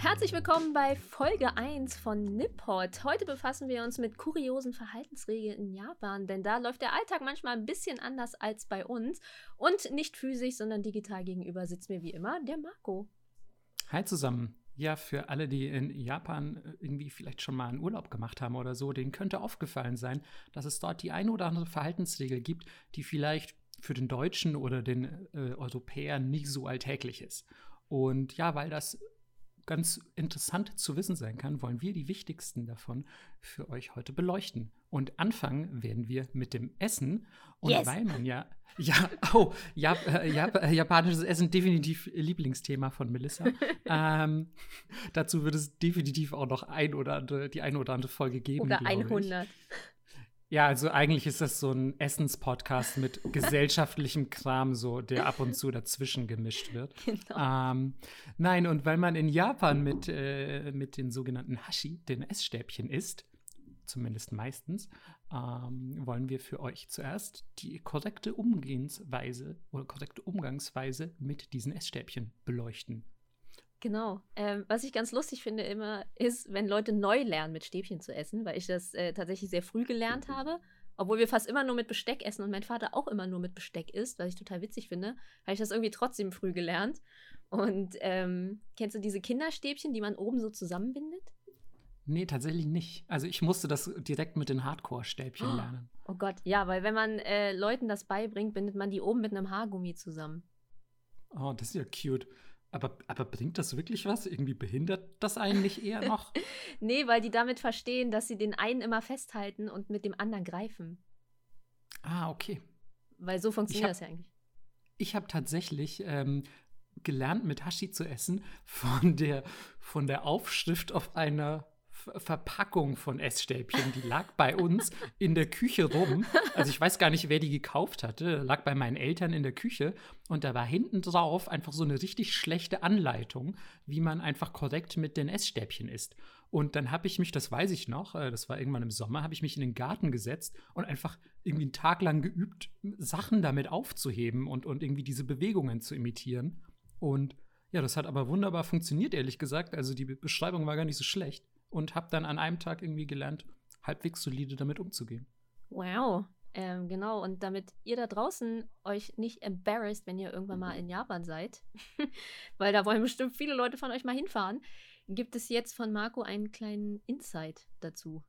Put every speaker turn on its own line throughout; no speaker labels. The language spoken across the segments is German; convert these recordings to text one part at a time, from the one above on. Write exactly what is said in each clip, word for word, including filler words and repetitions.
Herzlich willkommen bei Folge eins von Nippot. Heute befassen wir uns mit kuriosen Verhaltensregeln in Japan, denn da läuft der Alltag manchmal ein bisschen anders als bei uns. Und nicht physisch, sondern digital gegenüber sitzt mir wie immer der Marco.
Hi zusammen. Ja, für alle, die in Japan irgendwie vielleicht schon mal einen Urlaub gemacht haben oder so, denen könnte aufgefallen sein, dass es dort die eine oder andere Verhaltensregel gibt, die vielleicht für den Deutschen oder den äh, Europäer nicht so alltäglich ist. Und ja, weil das ganz interessant zu wissen sein kann, wollen wir die wichtigsten davon für euch heute beleuchten. Und anfangen werden wir mit dem Essen. Und
yes.
weil man ja, ja, oh, Jap äh, Jap äh, japanisches Essen definitiv Lieblingsthema von Melissa. ähm, dazu wird es definitiv auch noch ein oder andere, die eine oder andere Folge geben.
Oder hundert.
Ja, also eigentlich ist das so ein Essenspodcast mit gesellschaftlichem Kram, so der ab und zu dazwischen gemischt wird.
Genau.
Ähm, nein, und weil man in Japan mit, äh, mit den sogenannten Hashi, den Essstäbchen, isst, zumindest meistens, ähm, wollen wir für euch zuerst die korrekte Umgehensweise oder korrekte Umgangsweise mit diesen Essstäbchen beleuchten.
Genau. Ähm, was ich ganz lustig finde immer, ist, wenn Leute neu lernen, mit Stäbchen zu essen, weil ich das äh, tatsächlich sehr früh gelernt habe. Obwohl wir fast immer nur mit Besteck essen und mein Vater auch immer nur mit Besteck isst, was ich total witzig finde, habe ich das irgendwie trotzdem früh gelernt. Und ähm, kennst du diese Kinderstäbchen, die man oben so zusammenbindet?
Nee, tatsächlich nicht. Also ich musste das direkt mit den Hardcore-Stäbchen
oh.
lernen.
Oh Gott, ja, weil wenn man äh, Leuten das beibringt, bindet man die oben mit einem Haargummi zusammen.
Oh, das ist ja cute. Aber, aber bringt das wirklich was? Irgendwie behindert das einen nicht eher noch?
Nee, weil die damit verstehen, dass sie den einen immer festhalten und mit dem anderen greifen.
Ah, okay.
Weil so funktioniert
hab,
das ja eigentlich.
Ich habe tatsächlich ähm, gelernt, mit Hashi zu essen von der, von der Aufschrift auf einer Verpackung von Essstäbchen, die lag bei uns in der Küche rum. Also ich weiß gar nicht, wer die gekauft hatte. Lag bei meinen Eltern in der Küche und da war hinten drauf einfach so eine richtig schlechte Anleitung, wie man einfach korrekt mit den Essstäbchen isst. Und dann habe ich mich, das weiß ich noch, das war irgendwann im Sommer, habe ich mich in den Garten gesetzt und einfach irgendwie einen Tag lang geübt, Sachen damit aufzuheben und, und irgendwie diese Bewegungen zu imitieren. Und ja, das hat aber wunderbar funktioniert, ehrlich gesagt. Also die Beschreibung war gar nicht so schlecht. Und habe dann an einem Tag irgendwie gelernt, halbwegs solide damit umzugehen.
Wow, ähm, genau. Und damit ihr da draußen euch nicht embarrassed, wenn ihr irgendwann mal in Japan seid, weil da wollen bestimmt viele Leute von euch mal hinfahren, gibt es jetzt von Marco einen kleinen Insight dazu.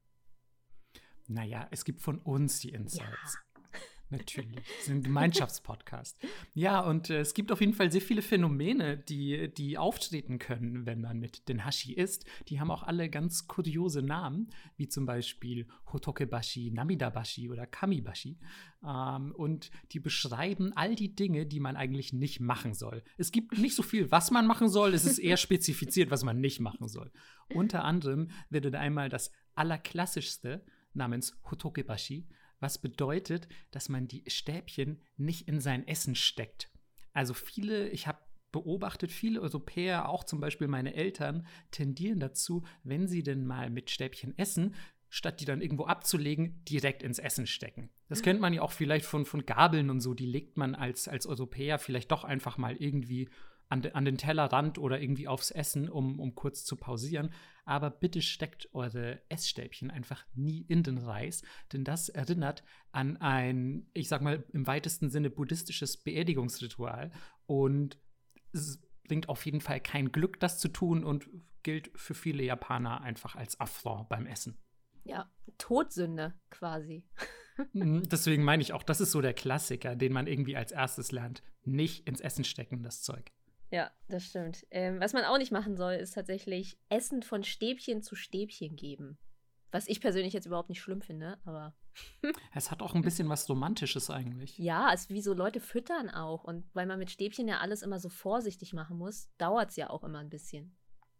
Naja, es gibt von uns die Insights.
Ja.
Natürlich, wir sind ein Gemeinschaftspodcast. Ja, und äh, es gibt auf jeden Fall sehr viele Phänomene, die, die auftreten können, wenn man mit den Hashi isst. Die haben auch alle ganz kuriose Namen, wie zum Beispiel Hotokebashi, Namidabashi oder Kamibashi. Ähm, und die beschreiben all die Dinge, die man eigentlich nicht machen soll. Es gibt nicht so viel, was man machen soll, es ist eher spezifiziert, was man nicht machen soll. Unter anderem wird dann einmal das Allerklassischste namens Hotokebashi, was bedeutet, dass man die Stäbchen nicht in sein Essen steckt. Also viele, ich habe beobachtet, viele Europäer, auch zum Beispiel meine Eltern, tendieren dazu, wenn sie denn mal mit Stäbchen essen, statt die dann irgendwo abzulegen, direkt ins Essen stecken. Das kennt man ja auch vielleicht von, von Gabeln und so, die legt man als, als Europäer vielleicht doch einfach mal irgendwie an, de, an den Tellerrand oder irgendwie aufs Essen, um, um kurz zu pausieren. Aber bitte steckt eure Essstäbchen einfach nie in den Reis, denn das erinnert an ein, ich sag mal, im weitesten Sinne buddhistisches Beerdigungsritual und es bringt auf jeden Fall kein Glück, das zu tun und gilt für viele Japaner einfach als Affront beim Essen.
Ja, Todsünde quasi.
Deswegen meine ich auch, das ist so der Klassiker, den man irgendwie als erstes lernt. Nicht ins Essen stecken, das Zeug.
Ja, das stimmt. Ähm, was man auch nicht machen soll, ist tatsächlich Essen von Stäbchen zu Stäbchen geben. Was ich persönlich jetzt überhaupt nicht schlimm finde, aber
es hat auch ein bisschen was Romantisches eigentlich.
Ja, es ist wie so Leute füttern auch. Und weil man mit Stäbchen ja alles immer so vorsichtig machen muss, dauert es ja auch immer ein bisschen.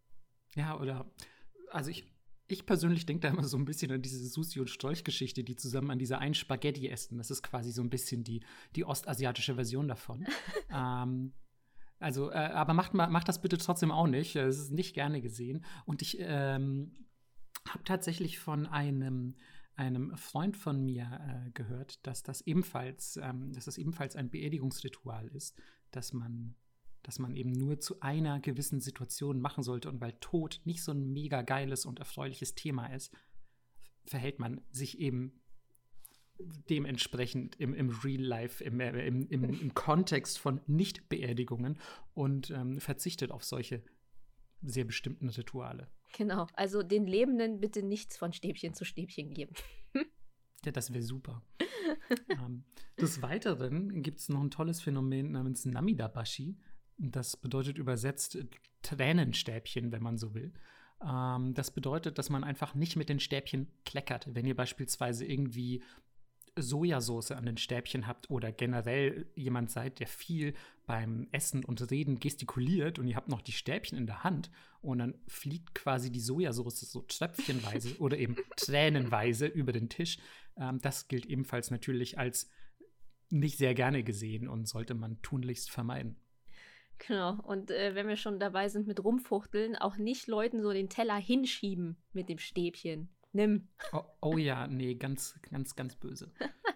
Ja, oder, also ich, ich persönlich denke da immer so ein bisschen an diese Susi- und Strolch-Geschichte, die zusammen an dieser einen Spaghetti essen. Das ist quasi so ein bisschen die, die ostasiatische Version davon. ähm, Also, äh, aber macht, macht das bitte trotzdem auch nicht. Es ist nicht gerne gesehen. Und ich ähm, habe tatsächlich von einem, einem Freund von mir äh, gehört, dass das ebenfalls, ähm, dass das ebenfalls ein Beerdigungsritual ist, dass man dass man eben nur zu einer gewissen Situation machen sollte. Und weil Tod nicht so ein mega geiles und erfreuliches Thema ist, verhält man sich eben dementsprechend im, im Real Life, im, im, im, im Kontext von Nicht-Beerdigungen und ähm, verzichtet auf solche sehr bestimmten Rituale.
Genau, also den Lebenden bitte nichts von Stäbchen zu Stäbchen geben.
Ja, das wäre super. ähm, des Weiteren gibt es noch ein tolles Phänomen namens Namidabashi. Das bedeutet übersetzt Tränenstäbchen, wenn man so will. Ähm, das bedeutet, dass man einfach nicht mit den Stäbchen kleckert. Wenn ihr beispielsweise irgendwie Sojasauce an den Stäbchen habt oder generell jemand seid, der viel beim Essen und Reden gestikuliert und ihr habt noch die Stäbchen in der Hand und dann fliegt quasi die Sojasauce so tröpfchenweise oder eben tränenweise über den Tisch. Ähm, das gilt ebenfalls natürlich als nicht sehr gerne gesehen und sollte man tunlichst vermeiden.
Genau, und äh, wenn wir schon dabei sind mit Rumfuchteln, auch nicht Leuten so den Teller hinschieben mit dem Stäbchen. Nimm.
Oh, oh ja, nee, ganz, ganz, ganz böse.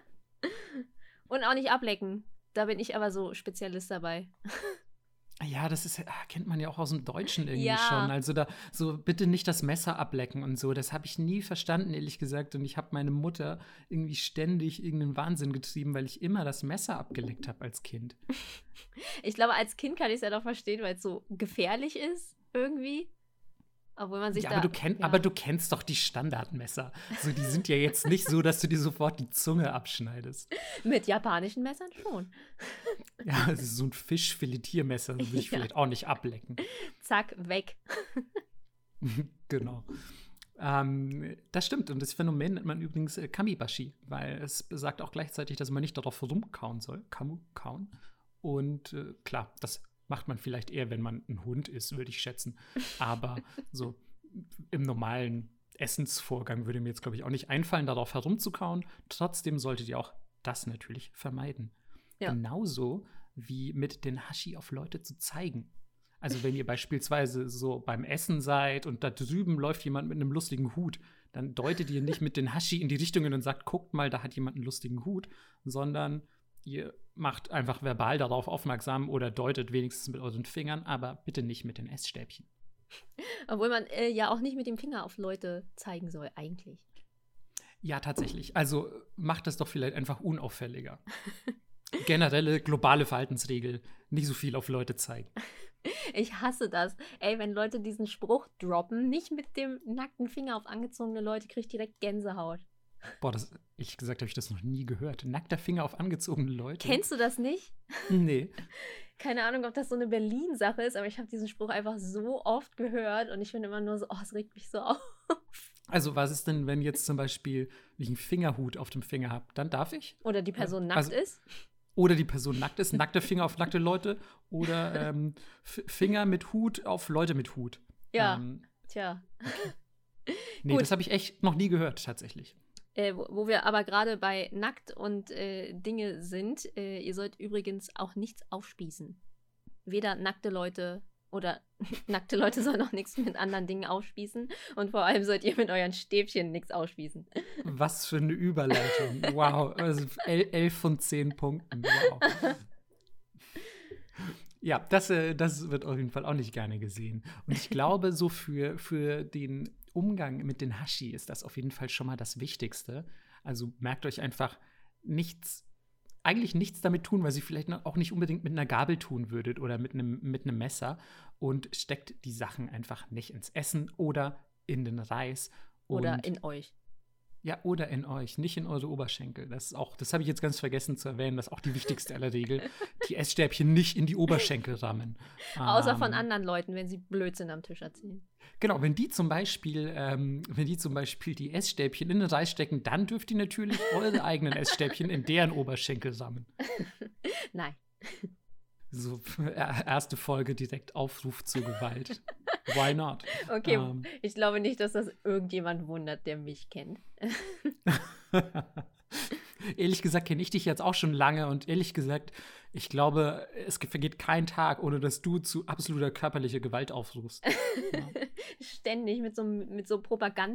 Und auch nicht ablecken. Da bin ich aber so Spezialist dabei.
Ja, das ist, kennt man ja auch aus dem Deutschen irgendwie
Ja.
schon. Also da so bitte nicht das Messer ablecken und so. Das habe ich nie verstanden, ehrlich gesagt. Und ich habe meine Mutter irgendwie ständig irgendeinen Wahnsinn getrieben, weil ich immer das Messer abgeleckt habe als Kind.
Ich glaube, als Kind kann ich es ja doch verstehen, weil es so gefährlich ist irgendwie. Obwohl man sich
Ja,
da,
aber du, kenn,
ja.
aber du kennst doch die Standardmesser. So, die sind ja jetzt nicht so, dass du dir sofort die Zunge abschneidest.
Mit japanischen Messern schon.
Ja, es ist so ein Fischfiletiermesser, das würde ich
Ja.
vielleicht auch nicht ablecken.
Zack, weg.
Genau. Ähm, das stimmt. Und das Phänomen nennt man übrigens äh, Kamibashi, weil es besagt auch gleichzeitig, dass man nicht darauf rumkauen soll. Kamu, kauen. Und äh, klar, das macht man vielleicht eher, wenn man ein Hund ist, würde ich schätzen. Aber so im normalen Essensvorgang würde mir jetzt, glaube ich, auch nicht einfallen, darauf herumzukauen. Trotzdem solltet ihr auch das natürlich vermeiden.
Ja.
Genauso wie mit den Hashi auf Leute zu zeigen. Also wenn ihr beispielsweise so beim Essen seid und da drüben läuft jemand mit einem lustigen Hut, dann deutet ihr nicht mit den Hashi in die Richtungen und sagt, guckt mal, da hat jemand einen lustigen Hut, sondern ihr macht einfach verbal darauf aufmerksam oder deutet wenigstens mit euren Fingern, aber bitte nicht mit den Essstäbchen.
Obwohl man äh, ja auch nicht mit dem Finger auf Leute zeigen soll, eigentlich.
Ja, tatsächlich. Also macht das doch vielleicht einfach unauffälliger. Generelle globale Verhaltensregel, nicht so viel auf Leute zeigen.
Ich hasse das. Ey, wenn Leute diesen Spruch droppen, nicht mit dem nackten Finger auf angezogene Leute, krieg ich direkt Gänsehaut.
Boah, das, ehrlich gesagt, habe ich das noch nie gehört. Nackter Finger auf angezogene Leute.
Kennst du das nicht?
Nee.
Keine Ahnung, ob das so eine Berlin-Sache ist, aber ich habe diesen Spruch einfach so oft gehört und ich bin immer nur so, oh, es regt mich so auf.
Also was ist denn, wenn jetzt zum Beispiel ich einen Fingerhut auf dem Finger habe? Dann darf ich?
Oder die Person nackt
Also-
ist.
Oder die Person nackt ist, nackter Finger auf nackte Leute oder ähm, F- Finger mit Hut auf Leute mit Hut.
Ja,
Ähm,
tja.
nee,
Gut.
das habe ich echt noch nie gehört, tatsächlich.
Äh, wo, wo wir aber gerade bei nackt und äh, Dinge sind, äh, ihr sollt übrigens auch nichts aufspießen. Weder nackte Leute oder nackte Leute sollen auch nichts mit anderen Dingen aufspießen und vor allem sollt ihr mit euren Stäbchen nichts aufspießen.
Was für eine Überleitung. Wow. Also el- elf von zehn Punkten. Wow. Ja, das, äh, das wird auf jeden Fall auch nicht gerne gesehen. Und ich glaube, so für, für den Umgang mit den Hashi ist das auf jeden Fall schon mal das Wichtigste. Also merkt euch einfach nichts, eigentlich nichts damit tun, weil ihr vielleicht noch- auch nicht unbedingt mit einer Gabel tun würdet oder mit einem, mit einem Messer und steckt die Sachen einfach nicht ins Essen oder in den Reis.
Oder
Und
in euch.
ja, oder in euch, nicht in eure Oberschenkel. Das ist auch, das habe ich jetzt ganz vergessen zu erwähnen, das ist auch die wichtigste aller Regeln. Die Essstäbchen nicht in die Oberschenkel rammen.
Außer von
Ähm,
anderen Leuten, wenn sie Blödsinn am Tisch erzählen.
Genau, wenn die zum Beispiel, ähm, wenn die zum Beispiel die Essstäbchen in den Reis stecken, dann dürft ihr natürlich eure eigenen Essstäbchen in deren Oberschenkel rammen.
Nein.
So, äh, erste Folge direkt Aufruf zur Gewalt. Why not?
Okay,
Ähm.
ich glaube nicht, dass das irgendjemand wundert, der mich kennt.
Ehrlich gesagt kenne ich dich jetzt auch schon lange und ehrlich gesagt, ich glaube, es ge- vergeht kein Tag, ohne dass du zu absoluter körperlicher Gewalt aufrufst. Ja.
Ständig mit so, mit so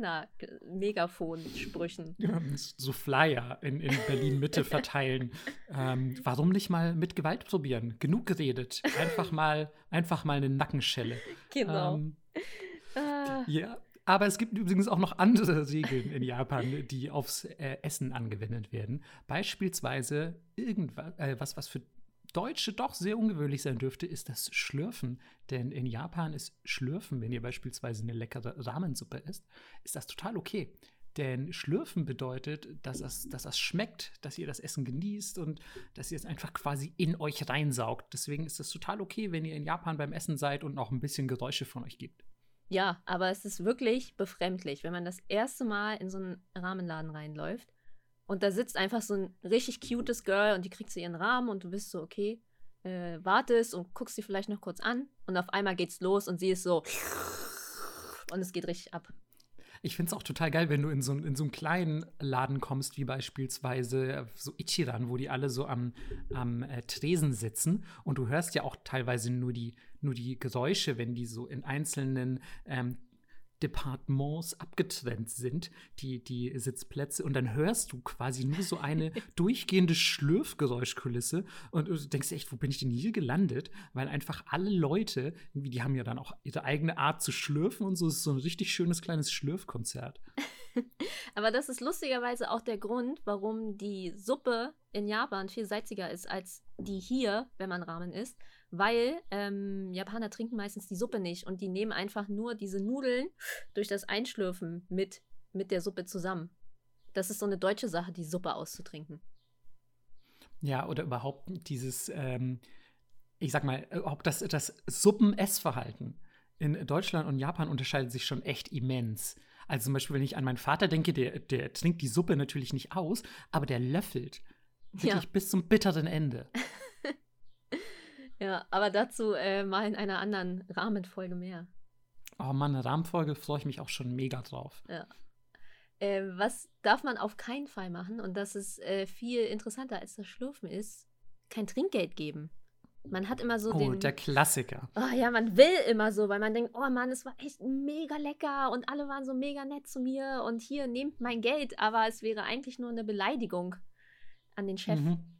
Propaganda-Megafon-Sprüchen.
Ja, so Flyer in, in Berlin-Mitte verteilen. Ähm, warum nicht mal mit Gewalt probieren? Genug geredet. Einfach mal, einfach mal eine Nackenschelle.
Genau.
Ähm,
Ah,
ja, aber es gibt übrigens auch noch andere Regeln in Japan, die aufs äh, Essen angewendet werden. Beispielsweise irgendwas, äh, was, was für Deutsche doch sehr ungewöhnlich sein dürfte, ist das Schlürfen. Denn in Japan ist Schlürfen, wenn ihr beispielsweise eine leckere Ramensuppe isst, ist das total okay. Denn Schlürfen bedeutet, dass es, dass es schmeckt, dass ihr das Essen genießt und dass ihr es einfach quasi in euch reinsaugt. Deswegen ist es total okay, wenn ihr in Japan beim Essen seid und noch ein bisschen Geräusche von euch gebt.
ja, aber es ist wirklich befremdlich, wenn man das erste Mal in so einen Ramenladen reinläuft und da sitzt einfach so ein richtig cutes Girl und die kriegt so ihren Rahmen und du bist so, okay, äh, wartest und guckst sie vielleicht noch kurz an und auf einmal geht's los und sie ist so und es geht richtig ab.
Ich finde es auch total geil, wenn du in so, in so einen kleinen Laden kommst, wie beispielsweise so Ichiran, wo die alle so am, am äh, Tresen sitzen. Und du hörst ja auch teilweise nur die, nur die Geräusche, wenn die so in einzelnen ähm, Departements abgetrennt sind, die, die Sitzplätze. Und dann hörst du quasi nur so eine durchgehende Schlürfgeräuschkulisse. Und du denkst dir echt, wo bin ich denn hier gelandet? Weil einfach alle Leute, irgendwie, die haben ja dann auch ihre eigene Art zu schlürfen und so. Es ist so ein richtig schönes kleines Schlürfkonzert.
Aber das ist lustigerweise auch der Grund, warum die Suppe in Japan viel salziger ist als die hier, wenn man Ramen isst. Weil ähm, Japaner trinken meistens die Suppe nicht und die nehmen einfach nur diese Nudeln durch das Einschlürfen mit, mit der Suppe zusammen. Das ist so eine deutsche Sache, die Suppe auszutrinken.
Ja, oder überhaupt dieses, ähm, ich sag mal, auch das, das Suppen-Essverhalten in Deutschland und Japan unterscheidet sich schon echt immens. Also zum Beispiel, wenn ich an meinen Vater denke, der, der trinkt die Suppe natürlich nicht aus, aber der löffelt wirklich
Ja.
bis zum bitteren Ende.
Ja, aber dazu äh, mal in einer anderen Rahmenfolge mehr.
Oh Mann, eine Rahmenfolge freue ich mich auch schon mega drauf.
Ja. Äh, was darf man auf keinen Fall machen, und das ist äh, viel interessanter als das Schlürfen ist, kein Trinkgeld geben. Man hat immer so
Oh,
den.
der Klassiker.
Oh ja, man will immer so, weil man denkt, oh Mann, es war echt mega lecker und alle waren so mega nett zu mir und hier, nehmt mein Geld, aber es wäre eigentlich nur eine Beleidigung an den Chef.
Mhm.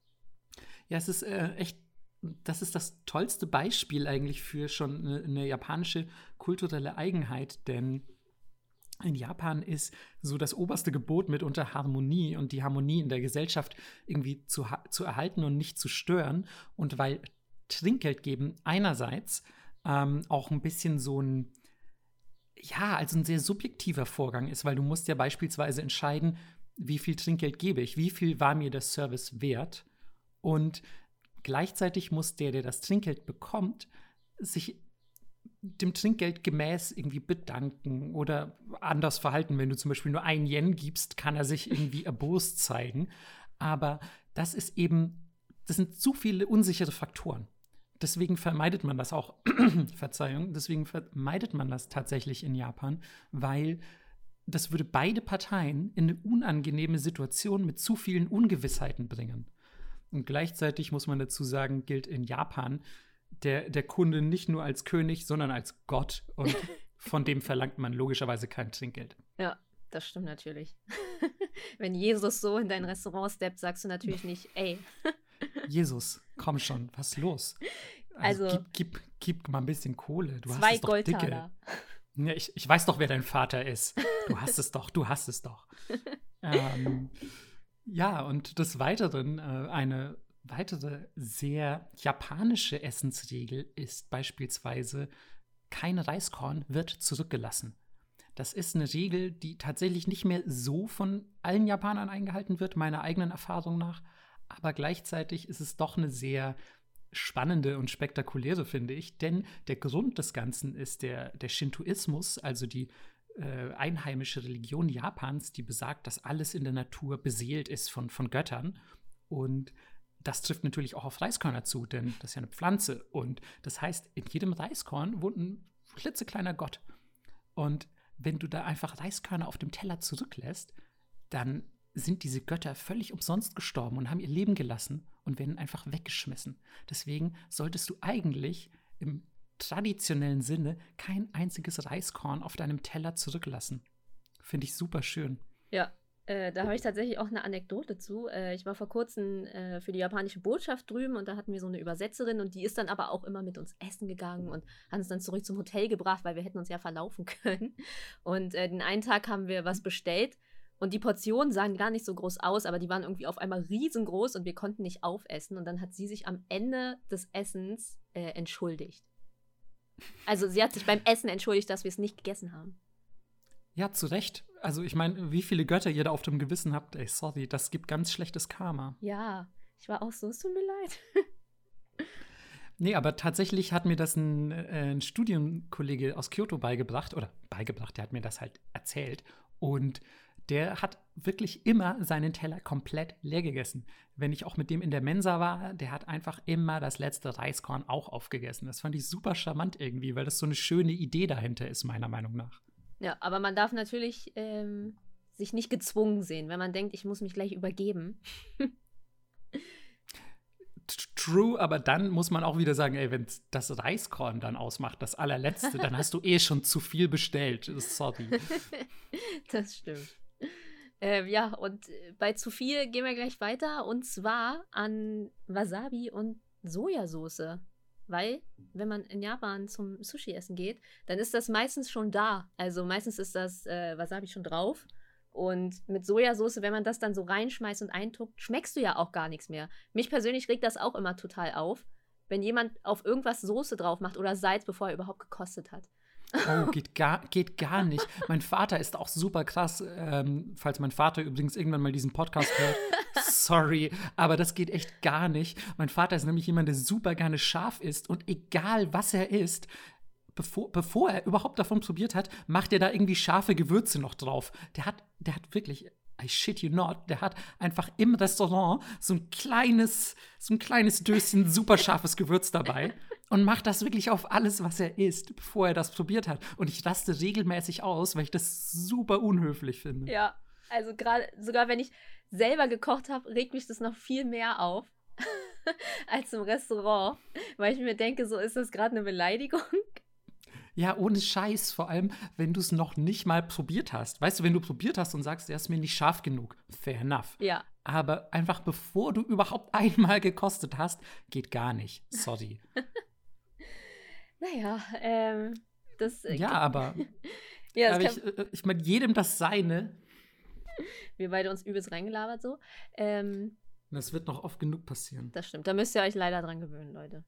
Ja, es ist äh, echt, das ist das tollste Beispiel eigentlich für schon eine, eine japanische kulturelle Eigenheit, denn in Japan ist so das oberste Gebot mitunter Harmonie und die Harmonie in der Gesellschaft irgendwie zu, ha- zu erhalten und nicht zu stören. Und weil Trinkgeld geben einerseits ähm, auch ein bisschen so ein, ja, also ein sehr subjektiver Vorgang ist, weil du musst ja beispielsweise entscheiden, wie viel Trinkgeld gebe ich, wie viel war mir der Service wert. Und gleichzeitig muss der, der das Trinkgeld bekommt, sich dem Trinkgeld gemäß irgendwie bedanken oder anders verhalten. Wenn du zum Beispiel nur ein Yen gibst, kann er sich irgendwie erbost zeigen. Aber das ist eben, das sind zu viele unsichere Faktoren. Deswegen vermeidet man das auch, Verzeihung, deswegen vermeidet man das tatsächlich in Japan, weil das würde beide Parteien in eine unangenehme Situation mit zu vielen Ungewissheiten bringen. Und gleichzeitig muss man dazu sagen, gilt in Japan der, der Kunde nicht nur als König, sondern als Gott. Und von dem verlangt man logischerweise kein Trinkgeld.
Ja, das stimmt natürlich. Wenn Jesus so in dein Restaurant steppt, sagst du natürlich nicht, ey.
Jesus, komm schon, was ist los? Also,
Also,
gib, gib, gib mal ein bisschen Kohle. Du hast
zwei
es doch dicke.
Goldtaler.
Ja, ich, ich weiß doch, wer dein Vater ist. Du hast es doch, du hast es doch. ähm, ja, und des Weiteren, äh, eine weitere sehr japanische Essensregel ist beispielsweise, kein Reiskorn wird zurückgelassen. Das ist eine Regel, die tatsächlich nicht mehr so von allen Japanern eingehalten wird, meiner eigenen Erfahrung nach. Aber gleichzeitig ist es doch eine sehr spannende und spektakuläre, finde ich. Denn der Grund des Ganzen ist der, der Shintoismus, also die äh, einheimische Religion Japans, die besagt, dass alles in der Natur beseelt ist von, von Göttern. Und das trifft natürlich auch auf Reiskörner zu, denn das ist ja eine Pflanze. Und das heißt, in jedem Reiskorn wohnt ein klitzekleiner Gott. Und wenn du da einfach Reiskörner auf dem Teller zurücklässt, dann sind diese Götter völlig umsonst gestorben und haben ihr Leben gelassen und werden einfach weggeschmissen. Deswegen solltest du eigentlich im traditionellen Sinne kein einziges Reiskorn auf deinem Teller zurücklassen. Finde ich super schön.
Ja, äh, da habe ich tatsächlich auch eine Anekdote zu. Äh, ich war vor kurzem äh, für die japanische Botschaft drüben und da hatten wir so eine Übersetzerin und die ist dann aber auch immer mit uns essen gegangen und hat uns dann zurück zum Hotel gebracht, weil wir hätten uns ja verlaufen können. Und äh, den einen Tag haben wir was bestellt und die Portionen sahen gar nicht so groß aus, aber die waren irgendwie auf einmal riesengroß und wir konnten nicht aufessen. Und dann hat sie sich am Ende des Essens äh, entschuldigt. Also sie hat sich beim Essen entschuldigt, dass wir es nicht gegessen haben.
Ja, zu Recht. Also ich meine, wie viele Götter ihr da auf dem Gewissen habt, ey, sorry, das gibt ganz schlechtes Karma.
Ja, ich war auch so, es tut mir leid.
Nee, aber tatsächlich hat mir das ein, äh, ein Studienkollege aus Kyoto beigebracht, oder beigebracht, der hat mir das halt erzählt. Und der hat wirklich immer seinen Teller komplett leer gegessen. Wenn ich auch mit dem in der Mensa war, der hat einfach immer das letzte Reiskorn auch aufgegessen. Das fand ich super charmant irgendwie, weil das so eine schöne Idee dahinter ist, meiner Meinung nach.
Ja, aber man darf natürlich ähm, sich nicht gezwungen sehen, wenn man denkt, ich muss mich gleich übergeben.
True, aber dann muss man auch wieder sagen, ey, wenn das Reiskorn dann ausmacht, das allerletzte, dann hast du eh schon zu viel bestellt. Sorry.
Das stimmt. Ähm, ja, und bei zu viel gehen wir gleich weiter und zwar an Wasabi und Sojasauce. Weil, wenn man in Japan zum Sushi essen geht, dann ist das meistens schon da. Also meistens ist das äh, Wasabi schon drauf. Und mit Sojasauce, wenn man das dann so reinschmeißt und eintuckt, schmeckst du ja auch gar nichts mehr. Mich persönlich regt das auch immer total auf, wenn jemand auf irgendwas Soße drauf macht oder Salz, bevor er überhaupt gekostet hat.
Oh, geht gar, geht gar nicht. Mein Vater ist auch super krass. Ähm, falls mein Vater übrigens irgendwann mal diesen Podcast hört, sorry, aber das geht echt gar nicht. Mein Vater ist nämlich jemand, der super gerne scharf isst und egal was er isst, bevor, bevor er überhaupt davon probiert hat, macht er da irgendwie scharfe Gewürze noch drauf. Der hat, der hat wirklich, I shit you not, der hat einfach im Restaurant so ein kleines, so ein kleines Döschen super scharfes Gewürz dabei und macht das wirklich auf alles, was er isst, bevor er das probiert hat. Und ich raste regelmäßig aus, weil ich das super unhöflich finde.
Ja, also gerade, sogar wenn ich selber gekocht habe, regt mich das noch viel mehr auf als im Restaurant, weil ich mir denke, so ist das gerade eine Beleidigung.
Ja, ohne Scheiß, vor allem, wenn du es noch nicht mal probiert hast. Weißt du, wenn du probiert hast und sagst, der ist mir nicht scharf genug, fair enough.
Ja.
Aber einfach bevor du überhaupt einmal gekostet hast, geht gar nicht. Sorry.
Naja, ähm, das. Äh,
ja, aber.
ja,
aber ich, äh, ich meine, jedem das Seine.
Wir beide uns übelst reingelabert so. Ähm,
das wird noch oft genug passieren.
Das stimmt. Da müsst ihr euch leider dran gewöhnen, Leute.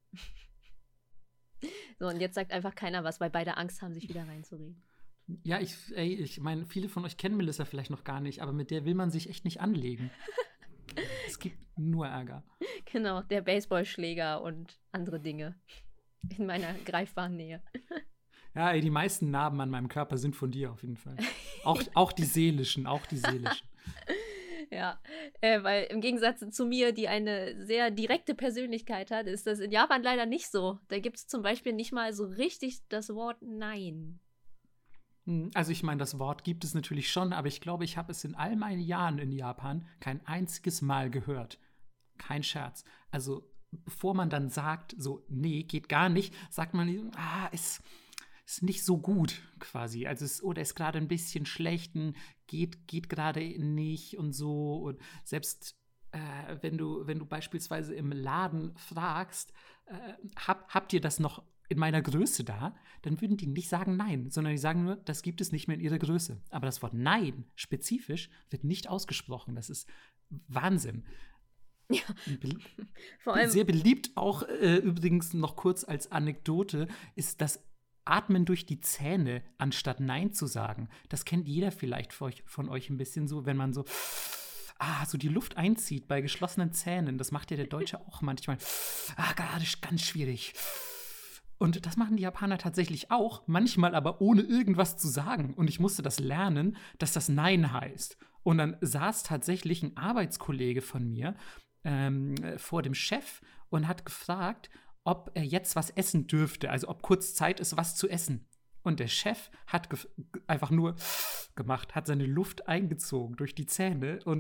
So, und jetzt sagt einfach keiner was, weil beide Angst haben, sich wieder reinzureden.
Ja, ich, ey, ich meine, viele von euch kennen Melissa vielleicht noch gar nicht, aber mit der will man sich echt nicht anlegen. Es gibt nur Ärger.
Genau, der Baseballschläger und andere Dinge in meiner greifbaren Nähe.
Ja, ey, die meisten Narben an meinem Körper sind von dir auf jeden Fall. Auch, auch die seelischen, auch die seelischen.
Ja, äh, weil im Gegensatz zu mir, die eine sehr direkte Persönlichkeit hat, ist das in Japan leider nicht so. Da gibt es zum Beispiel nicht mal so richtig das Wort Nein.
Also ich meine, das Wort gibt es natürlich schon, aber ich glaube, ich habe es in all meinen Jahren in Japan kein einziges Mal gehört. Kein Scherz. Also bevor man dann sagt, so, nee, geht gar nicht, sagt man, ah, ist, ist nicht so gut quasi. Also es, oder ist gerade ein bisschen schlecht, geht, geht gerade nicht und so. Und selbst äh, wenn du, wenn du beispielsweise im Laden fragst, äh, hab, habt ihr das noch in meiner Größe da, dann würden die nicht sagen Nein, sondern die sagen nur, das gibt es nicht mehr in ihrer Größe. Aber das Wort Nein spezifisch wird nicht ausgesprochen. Das ist Wahnsinn.
Ja,
Be-
vor allem
sehr beliebt auch äh, übrigens noch kurz als Anekdote ist das Atmen durch die Zähne, anstatt Nein zu sagen. Das kennt jeder vielleicht von euch, von euch ein bisschen so, wenn man so ah, so die Luft einzieht bei geschlossenen Zähnen. Das macht ja der Deutsche auch manchmal. Ah, gerade ganz schwierig. Und das machen die Japaner tatsächlich auch, manchmal aber ohne irgendwas zu sagen. Und ich musste das lernen, dass das Nein heißt. Und dann saß tatsächlich ein Arbeitskollege von mir ähm, vor dem Chef und hat gefragt, ob er jetzt was essen dürfte, also ob kurz Zeit ist, was zu essen. Und der Chef hat gef- einfach nur gemacht, hat seine Luft eingezogen durch die Zähne und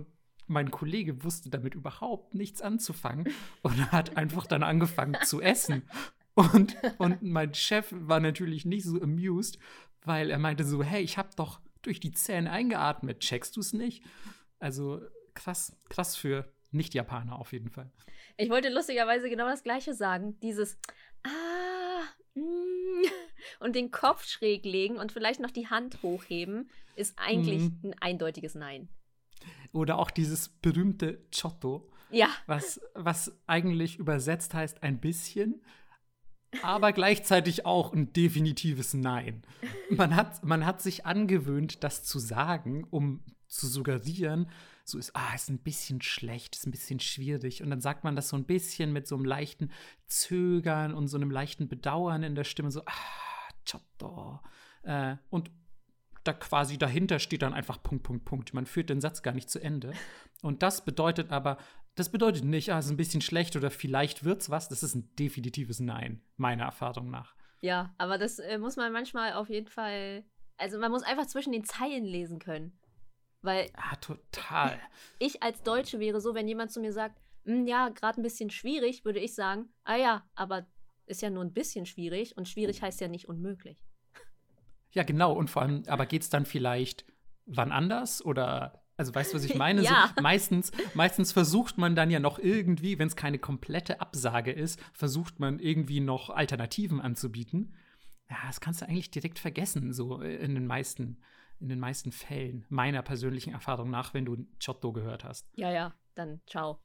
mein Kollege wusste damit überhaupt nichts anzufangen und hat einfach dann angefangen zu essen. Und, und mein Chef war natürlich nicht so amused, weil er meinte so, hey, ich hab doch durch die Zähne eingeatmet, checkst du es nicht? Also krass, krass für Nicht-Japaner auf jeden Fall.
Ich wollte lustigerweise genau das Gleiche sagen. Dieses Ah, mm, und den Kopf schräg legen und vielleicht noch die Hand hochheben, ist eigentlich
Mhm.
ein eindeutiges Nein.
Oder auch dieses berühmte Chotto,
Ja,
was, was eigentlich übersetzt heißt ein bisschen, aber gleichzeitig auch ein definitives Nein. Man hat, man hat sich angewöhnt, das zu sagen, um zu suggerieren, so ist, ah, ist ein bisschen schlecht, ist ein bisschen schwierig. Und dann sagt man das so ein bisschen mit so einem leichten Zögern und so einem leichten Bedauern in der Stimme, so, ah, Chotto. Äh, und da quasi dahinter steht dann einfach Punkt, Punkt, Punkt. Man führt den Satz gar nicht zu Ende. Und das bedeutet aber, das bedeutet nicht, ah, ist ein bisschen schlecht oder vielleicht wird's was. Das ist ein definitives Nein, meiner Erfahrung nach.
ja, aber das äh, muss man manchmal auf jeden Fall, also man muss einfach zwischen den Zeilen lesen können. Weil
Ah, total.
ich als Deutsche wäre so, wenn jemand zu mir sagt, "Mm, ja, gerade ein bisschen schwierig, würde ich sagen, ah ja, aber ist ja nur ein bisschen schwierig und schwierig heißt ja nicht unmöglich.
Ja, genau. Und vor allem, aber geht's dann vielleicht wann anders? Oder, also weißt du, was ich meine?
Ja.
So, meistens, meistens versucht man dann ja noch irgendwie, wenn es keine komplette Absage ist, versucht man irgendwie noch Alternativen anzubieten. Ja, das kannst du eigentlich direkt vergessen, so in den meisten, in den meisten Fällen, meiner persönlichen Erfahrung nach, wenn du Chotto gehört hast.
Ja, ja, dann ciao.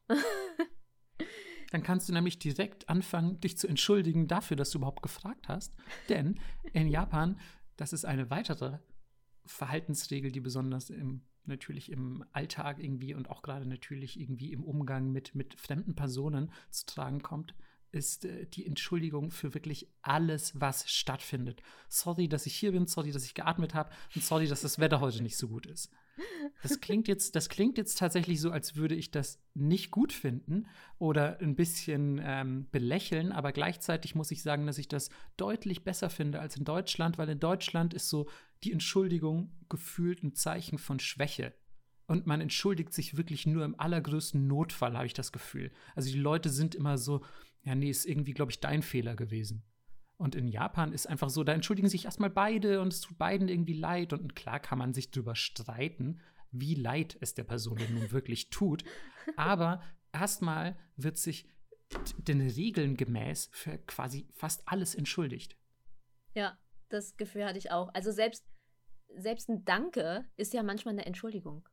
Dann kannst du nämlich direkt anfangen, dich zu entschuldigen dafür, dass du überhaupt gefragt hast. Denn in Japan, das ist eine weitere Verhaltensregel, die besonders im, natürlich im Alltag irgendwie und auch gerade natürlich irgendwie im Umgang mit, mit fremden Personen zu tragen kommt, ist äh, die Entschuldigung für wirklich alles, was stattfindet. Sorry, dass ich hier bin, sorry, dass ich geatmet habe und sorry, dass das Wetter heute nicht so gut ist. Das klingt jetzt, das klingt jetzt tatsächlich so, als würde ich das nicht gut finden oder ein bisschen ähm, belächeln, aber gleichzeitig muss ich sagen, dass ich das deutlich besser finde als in Deutschland, weil in Deutschland ist so die Entschuldigung gefühlt ein Zeichen von Schwäche. Und man entschuldigt sich wirklich nur im allergrößten Notfall, habe ich das Gefühl. Also die Leute sind immer so, ja, nee, ist irgendwie, glaube ich, dein Fehler gewesen. Und in Japan ist einfach so, da entschuldigen sich erstmal beide und es tut beiden irgendwie leid. Und klar kann man sich drüber streiten, wie leid es der Person denn nun wirklich tut. Aber erstmal wird sich den Regeln gemäß für quasi fast alles entschuldigt.
Ja, das Gefühl hatte ich auch. Also selbst, selbst ein Danke ist ja manchmal eine Entschuldigung.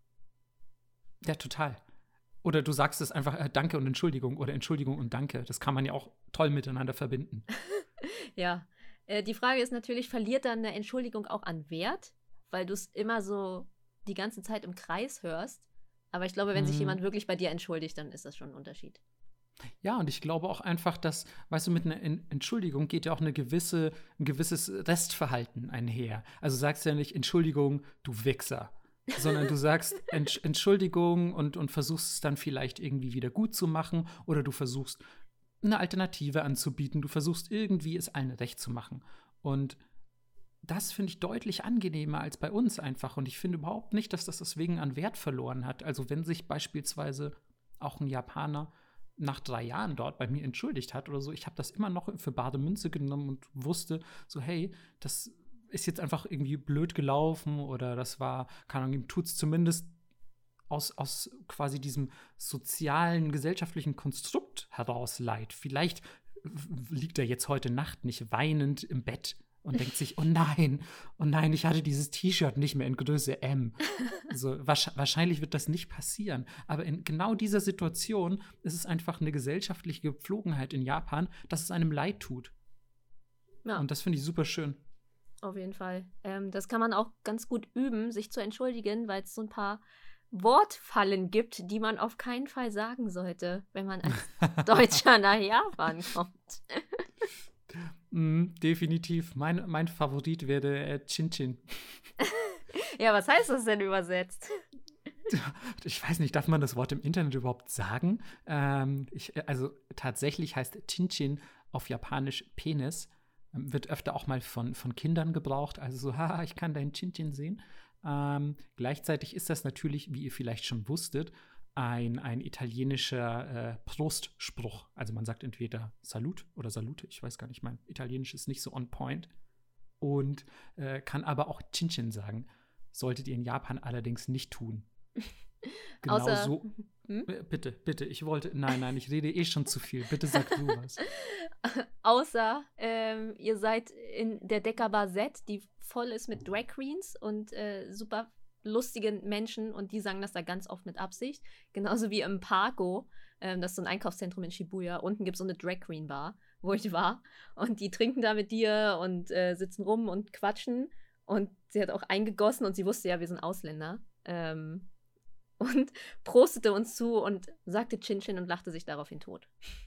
Ja, total. Oder du sagst es einfach äh, Danke und Entschuldigung oder Entschuldigung und Danke. Das kann man ja auch toll miteinander verbinden.
Ja, äh, die Frage ist natürlich, verliert dann eine Entschuldigung auch an Wert? Weil du es immer so die ganze Zeit im Kreis hörst. Aber ich glaube, wenn sich
Hm.
jemand wirklich bei dir entschuldigt, dann ist das schon ein Unterschied.
Ja, und ich glaube auch einfach, dass, weißt du, mit einer En- Entschuldigung geht ja auch eine gewisse, ein gewisses Restverhalten einher. Also sagst du ja nicht Entschuldigung, du Wichser, sondern du sagst Entsch Entschuldigung und, und versuchst es dann vielleicht irgendwie wieder gut zu machen oder du versuchst eine Alternative anzubieten, du versuchst irgendwie es allen recht zu machen. Und das finde ich deutlich angenehmer als bei uns einfach. Und ich finde überhaupt nicht, dass das deswegen an Wert verloren hat. Also wenn sich beispielsweise auch ein Japaner nach drei Jahren dort bei mir entschuldigt hat oder so, ich habe das immer noch für bare Münze genommen und wusste so, hey, das ist jetzt einfach irgendwie blöd gelaufen oder das war, keine Ahnung, ihm tut es zumindest aus, aus quasi diesem sozialen, gesellschaftlichen Konstrukt heraus leid. Vielleicht w- liegt er jetzt heute Nacht nicht weinend im Bett und denkt sich, oh nein, oh nein, ich hatte dieses T-Shirt nicht mehr in Größe M. So, wahrsch- wahrscheinlich wird das nicht passieren. Aber in genau dieser Situation ist es einfach eine gesellschaftliche Gepflogenheit in Japan, dass es einem leid tut.
Ja,
Und das finde ich super schön.
auf jeden Fall. Ähm, das kann man auch ganz gut üben, sich zu entschuldigen, weil es so ein paar Wortfallen gibt, die man auf keinen Fall sagen sollte, wenn man als Deutscher nach Japan kommt.
Mm, definitiv. Mein, mein Favorit wäre äh, Chin-Chin.
Ja, was heißt das denn übersetzt?
Ich weiß nicht, darf man das Wort im Internet überhaupt sagen? Ähm, ich, also tatsächlich heißt Chin-Chin auf Japanisch Penis. Ähm, wird öfter auch mal von, von Kindern gebraucht. Also so, haha, ich kann dein Chin-Chin sehen. Ähm, gleichzeitig ist das natürlich, wie ihr vielleicht schon wusstet, ein, ein italienischer äh, Prostspruch. Also man sagt entweder Salut oder Salute, ich weiß gar nicht, mein Italienisch ist nicht so on point. Und äh, kann aber auch Chin-Chin sagen. Solltet ihr in Japan allerdings nicht tun. Genau
Außer,
so.
hm?
Bitte, bitte, ich wollte, nein, nein, ich rede eh schon zu viel. Bitte sag du was.
Außer ähm, ihr seid in der Deckerbar Z, die voll ist mit Drag Queens und äh, super lustigen Menschen und die sagen das da ganz oft mit Absicht. Genauso wie im Parco, ähm, das ist so ein Einkaufszentrum in Shibuya. Unten gibt es so eine Drag Queen Bar, wo ich war. Und die trinken da mit dir und äh, sitzen rum und quatschen. Und sie hat auch eingegossen und sie wusste ja, wir sind Ausländer. Ähm, und prostete uns zu und sagte Chin-Chin und lachte sich daraufhin tot.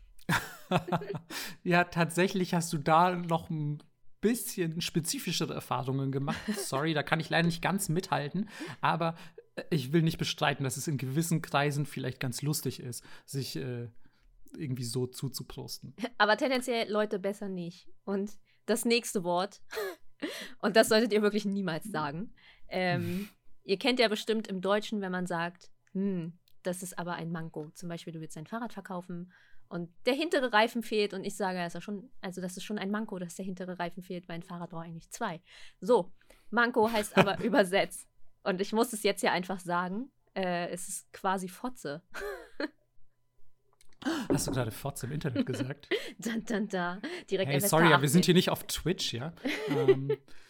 Ja, tatsächlich hast du da noch ein bisschen spezifischere Erfahrungen gemacht. Sorry, da kann ich leider nicht ganz mithalten. Aber ich will nicht bestreiten, dass es in gewissen Kreisen vielleicht ganz lustig ist, sich äh, irgendwie so zuzuprosten.
Aber tendenziell, Leute, besser nicht. Und das nächste Wort, und das solltet ihr wirklich niemals sagen. Ähm, ihr kennt ja bestimmt im Deutschen, wenn man sagt, hm, das ist aber ein Manko. Zum Beispiel, du willst dein Fahrrad verkaufen und der hintere Reifen fehlt und ich sage, das ist ja schon, also das ist schon ein Manko, dass der hintere Reifen fehlt, weil ein Fahrrad braucht eigentlich zwei. So, Manko heißt aber übersetzt. Und ich muss es jetzt ja einfach sagen, äh, es ist quasi Fotze.
Hast du gerade Fotze im Internet gesagt?
Dun, dun, dun. Direkt
Hey,
F S K
sorry, ja, wir
achtzehn.
sind hier nicht auf Twitch, ja? ähm,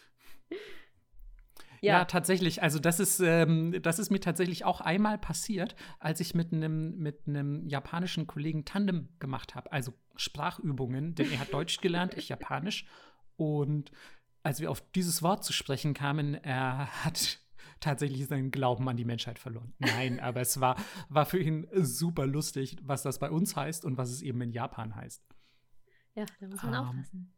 ja. ja, tatsächlich. Also das ist, ähm, das ist mir tatsächlich auch einmal passiert, als ich mit einem mit einem japanischen Kollegen Tandem gemacht habe. Also Sprachübungen, denn er hat Deutsch gelernt, ich Japanisch. Und als wir auf dieses Wort zu sprechen kamen, er hat tatsächlich seinen Glauben an die Menschheit verloren. Nein, aber es war, war für ihn super lustig, was das bei uns heißt und was es eben in Japan heißt.
Ja, da muss man
Ähm,
aufpassen.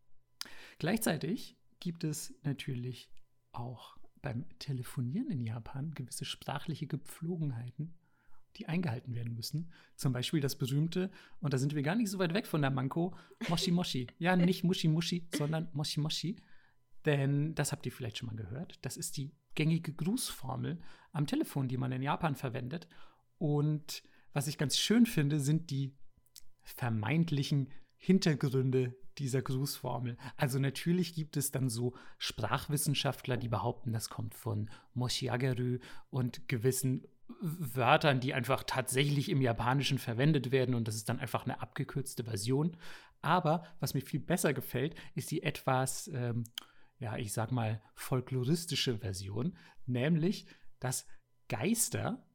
Gleichzeitig gibt es natürlich auch beim Telefonieren in Japan gewisse sprachliche Gepflogenheiten, die eingehalten werden müssen. Zum Beispiel das berühmte, und da sind wir gar nicht so weit weg von der Manko, Moshi Moshi. Ja, nicht Mushi Mushi, sondern Moshi Moshi. Denn das habt ihr vielleicht schon mal gehört. Das ist die gängige Grußformel am Telefon, die man in Japan verwendet. Und was ich ganz schön finde, sind die vermeintlichen Hintergründe dieser Grußformel. Also natürlich gibt es dann so Sprachwissenschaftler, die behaupten, das kommt von Moshiageru und gewissen Wörtern, die einfach tatsächlich im Japanischen verwendet werden und das ist dann einfach eine abgekürzte Version. Aber was mir viel besser gefällt, ist die etwas, ähm, ja, ich sag mal, folkloristische Version, nämlich, dass Geister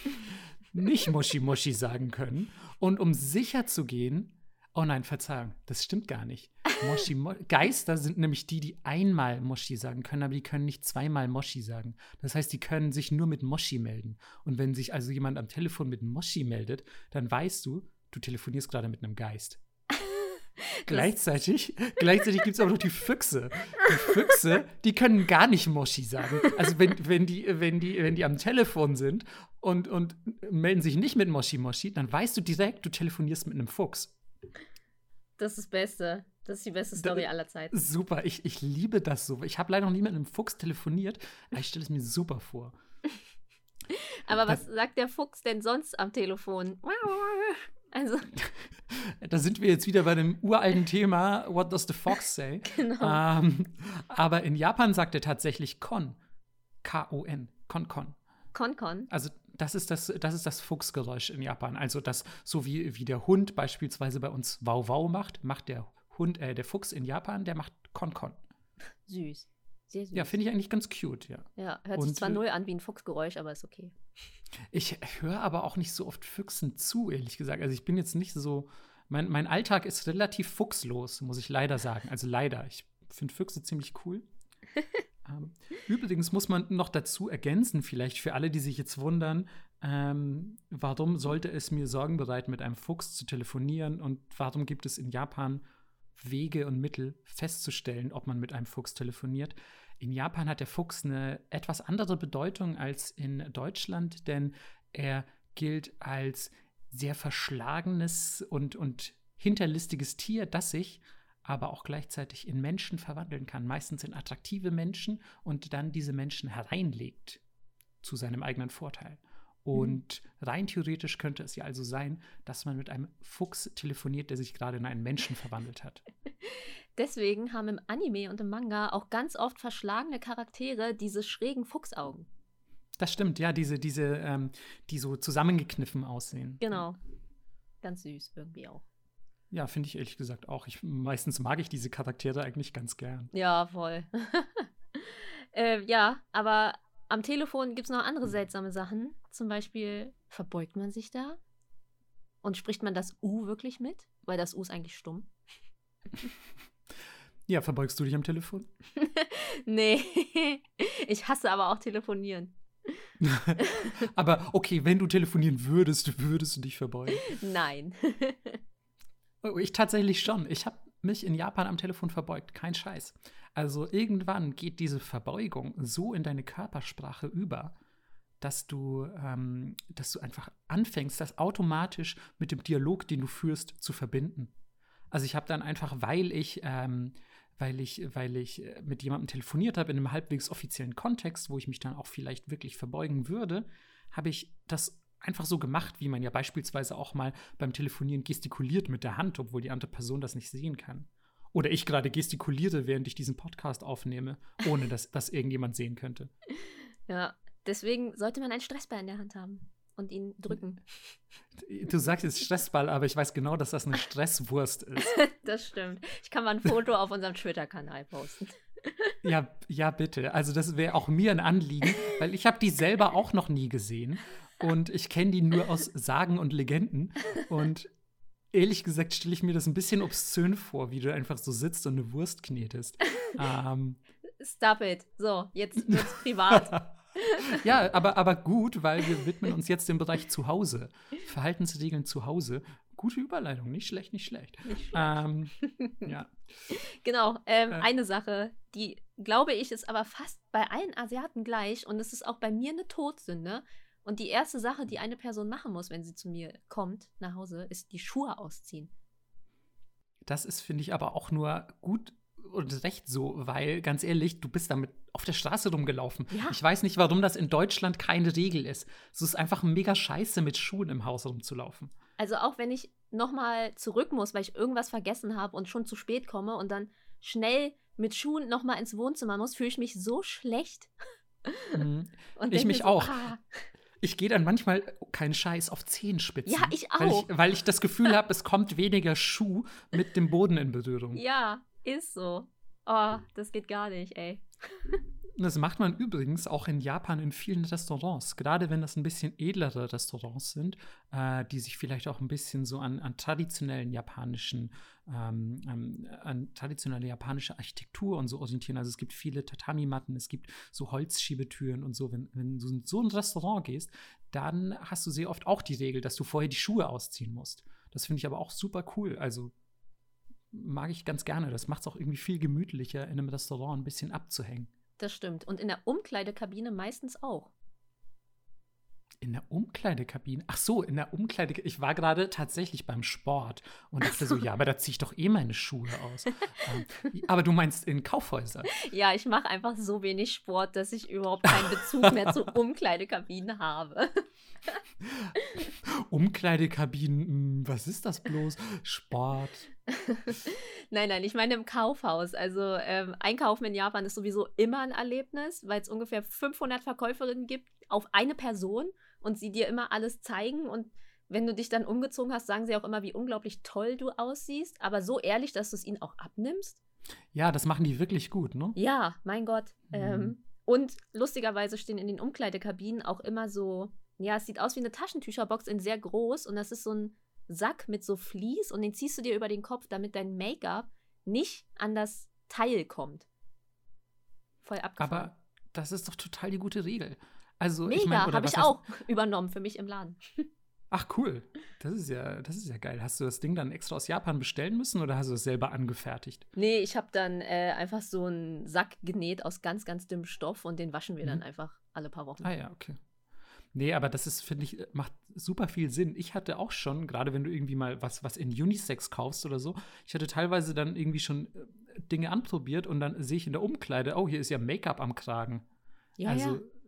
nicht Moshi Moshi sagen können und um sicher zu gehen, oh nein, Verzeihung, das stimmt gar nicht. Moshi, Mo- Geister sind nämlich die, die einmal Moshi sagen können, aber die können nicht zweimal Moshi sagen. Das heißt, die können sich nur mit Moshi melden. Und wenn sich also jemand am Telefon mit Moshi meldet, dann weißt du, du telefonierst gerade mit einem Geist. Gleichzeitig, gleichzeitig gibt es aber noch die Füchse. Die Füchse, die können gar nicht Moshi sagen. Also wenn, wenn, die, wenn, die, wenn die am Telefon sind und, und melden sich nicht mit Moshi Moshi, dann weißt du direkt, du telefonierst mit einem Fuchs.
Das ist das Beste. Das ist die beste Story
Da-
aller Zeiten.
Super, ich, ich liebe das so. Ich habe leider noch nie mit einem Fuchs telefoniert, aber ich stelle es mir super vor.
Aber was sagt der Fuchs denn sonst am Telefon? Also,
Da sind wir jetzt wieder bei dem uralten Thema, What does the fox say?
genau.
Ähm, aber in Japan sagt er tatsächlich Kon. K O N. Kon Kon.
Kon-Kon.
Also das ist das, das ist das Fuchsgeräusch in Japan. Also das, so wie, wie der Hund beispielsweise bei uns Wow Wow macht, macht der Hund, äh, der Fuchs in Japan, der macht Kon Kon.
Süß. Sehr süß.
Ja, finde ich eigentlich ganz cute, ja.
Ja, hört sich
Und,
zwar
äh,
null an wie ein Fuchsgeräusch, aber ist okay.
Ich höre aber auch nicht so oft Füchsen zu, ehrlich gesagt. Also ich bin jetzt nicht so, mein, mein Alltag ist relativ fuchslos, muss ich leider sagen. Also leider. Ich finde Füchse ziemlich cool. ähm, übrigens muss man noch dazu ergänzen, vielleicht für alle, die sich jetzt wundern, ähm, warum sollte es mir Sorgen bereiten, mit einem Fuchs zu telefonieren und warum gibt es in Japan Wege und Mittel festzustellen, ob man mit einem Fuchs telefoniert. In Japan hat der Fuchs eine etwas andere Bedeutung als in Deutschland, denn er gilt als sehr verschlagenes und, und hinterlistiges Tier, das sich aber auch gleichzeitig in Menschen verwandeln kann, meistens in attraktive Menschen und dann diese Menschen hereinlegt zu seinem eigenen Vorteil. Und mhm. rein theoretisch könnte es ja also sein, dass man mit einem Fuchs telefoniert, der sich gerade in einen Menschen verwandelt hat.
Deswegen haben im Anime und im Manga auch ganz oft verschlagene Charaktere diese schrägen Fuchsaugen.
Das stimmt, ja, diese, diese, ähm, die so zusammengekniffen aussehen.
Genau. Ganz süß irgendwie auch.
Ja, finde ich ehrlich gesagt auch. Ich, meistens mag ich diese Charaktere eigentlich ganz gern.
Ja, voll. äh, ja, aber am Telefon gibt es noch andere seltsame Sachen. Zum Beispiel verbeugt man sich da und spricht man das U wirklich mit? Weil das U ist eigentlich stumm.
Ja, verbeugst du dich am Telefon?
Nee, ich hasse aber auch telefonieren.
Aber okay, wenn du telefonieren würdest, würdest du dich verbeugen?
Nein.
Oh, ich tatsächlich schon. Ich habe mich in Japan am Telefon verbeugt. Kein Scheiß. Also irgendwann geht diese Verbeugung so in deine Körpersprache über, dass du, ähm, dass du einfach anfängst, das automatisch mit dem Dialog, den du führst, zu verbinden. Also ich habe dann einfach, weil ich, ähm, weil ich, weil ich mit jemandem telefoniert habe in einem halbwegs offiziellen Kontext, wo ich mich dann auch vielleicht wirklich verbeugen würde, habe ich das einfach so gemacht, wie man ja beispielsweise auch mal beim Telefonieren gestikuliert mit der Hand, obwohl die andere Person das nicht sehen kann. Oder ich gerade gestikuliere, während ich diesen Podcast aufnehme, ohne dass das irgendjemand sehen könnte.
Ja, deswegen sollte man einen Stressball in der Hand haben und ihn drücken.
Du sagst jetzt Stressball, aber ich weiß genau, dass das eine Stresswurst ist.
Das stimmt. Ich kann mal ein Foto auf unserem Twitter-Kanal posten.
Ja, ja, bitte. Also das wäre auch mir ein Anliegen, weil ich habe die selber auch noch nie gesehen. Und ich kenne die nur aus Sagen und Legenden. Und ehrlich gesagt stelle ich mir das ein bisschen obszön vor, wie du einfach so sitzt und eine Wurst knetest. ähm.
Stop it. So, jetzt wird's privat.
Ja, aber, aber gut, weil wir widmen uns jetzt dem Bereich Zuhause. Verhaltensregeln zu Hause. Gute Überleitung, nicht schlecht, nicht schlecht.
Nicht schlecht.
Ähm, ja.
Genau, ähm,
Äh.
eine Sache, die, glaube ich, ist aber fast bei allen Asiaten gleich und es ist auch bei mir eine Todsünde. Und die erste Sache, die eine Person machen muss, wenn sie zu mir kommt, nach Hause, ist die Schuhe ausziehen.
Das ist, finde ich, aber auch nur gut und recht so, weil, ganz ehrlich, du bist damit auf der Straße rumgelaufen.
Ja.
Ich weiß nicht, warum das in Deutschland keine Regel ist. Es ist einfach mega scheiße, mit Schuhen im Haus rumzulaufen.
Also auch wenn ich nochmal zurück muss, weil ich irgendwas vergessen habe und schon zu spät komme und dann schnell mit Schuhen nochmal ins Wohnzimmer muss, fühle ich mich so schlecht.
Mhm.
Und
Ich
denk
mich
mir so,
auch.
Ah.
Ich gehe dann manchmal, keinen Scheiß, auf Zehenspitzen.
Ja, ich
Weil
auch.
ich, weil ich das Gefühl habe, es kommt weniger Schuh mit dem Boden in Berührung.
Ja, ist so. Oh, das geht gar nicht, ey.
Das macht man übrigens auch in Japan in vielen Restaurants. Gerade wenn das ein bisschen edlere Restaurants sind, äh, die sich vielleicht auch ein bisschen so an, an traditionellen japanischen, ähm, ähm, an traditionelle japanische Architektur und so orientieren. Also es gibt viele Tatami-Matten, es gibt so Holzschiebetüren und so. Wenn, wenn du in so ein Restaurant gehst, dann hast du sehr oft auch die Regel, dass du vorher die Schuhe ausziehen musst. Das finde ich aber auch super cool. Also mag ich ganz gerne. Das macht es auch irgendwie viel gemütlicher, in einem Restaurant ein bisschen abzuhängen.
Das stimmt. Und in der Umkleidekabine meistens auch.
In der Umkleidekabine? Ach so, in der Umkleidekabine. Ich war gerade tatsächlich beim Sport und dachte so, ja, aber da ziehe ich doch eh meine Schuhe aus. ähm, aber du meinst in Kaufhäusern?
Ja, ich mache einfach so wenig Sport, dass ich überhaupt keinen Bezug mehr zu Umkleidekabinen habe.
Umkleidekabinen, was ist das bloß? Sport.
Nein, nein, ich meine im Kaufhaus. Also ähm, Einkaufen in Japan ist sowieso immer ein Erlebnis, weil es ungefähr fünfhundert Verkäuferinnen gibt auf eine Person und sie dir immer alles zeigen. Und wenn du dich dann umgezogen hast, sagen sie auch immer, wie unglaublich toll du aussiehst. Aber so ehrlich, dass du es ihnen auch abnimmst.
Ja, das machen die wirklich gut, ne?
Ja, mein Gott.
Mhm.
Ähm, und lustigerweise stehen in den Umkleidekabinen auch immer so, ja, es sieht aus wie eine Taschentücherbox in sehr groß und das ist so ein Sack mit so Vlies und den ziehst du dir über den Kopf, damit dein Make-up nicht an das Teil kommt. Voll abgefahren.
Aber das ist doch total die gute Regel. Also,
Mega,
ich mein,
habe ich
heißt,
auch übernommen für mich im Laden.
Ach, cool. Das ist ja, das ist ja geil. Hast du das Ding dann extra aus Japan bestellen müssen oder hast du es selber angefertigt?
Nee, ich habe dann äh, einfach so einen Sack genäht aus ganz, ganz dünnem Stoff und den waschen wir mhm. dann einfach alle paar Wochen.
Ah ja, okay. Nee, aber das ist, finde ich, macht super viel Sinn. Ich hatte auch schon, gerade wenn du irgendwie mal was, was in Unisex kaufst oder so, ich hatte teilweise dann irgendwie schon äh, Dinge anprobiert und dann sehe ich in der Umkleide, oh, hier ist ja Make-up am Kragen.
Ja,
also
ja.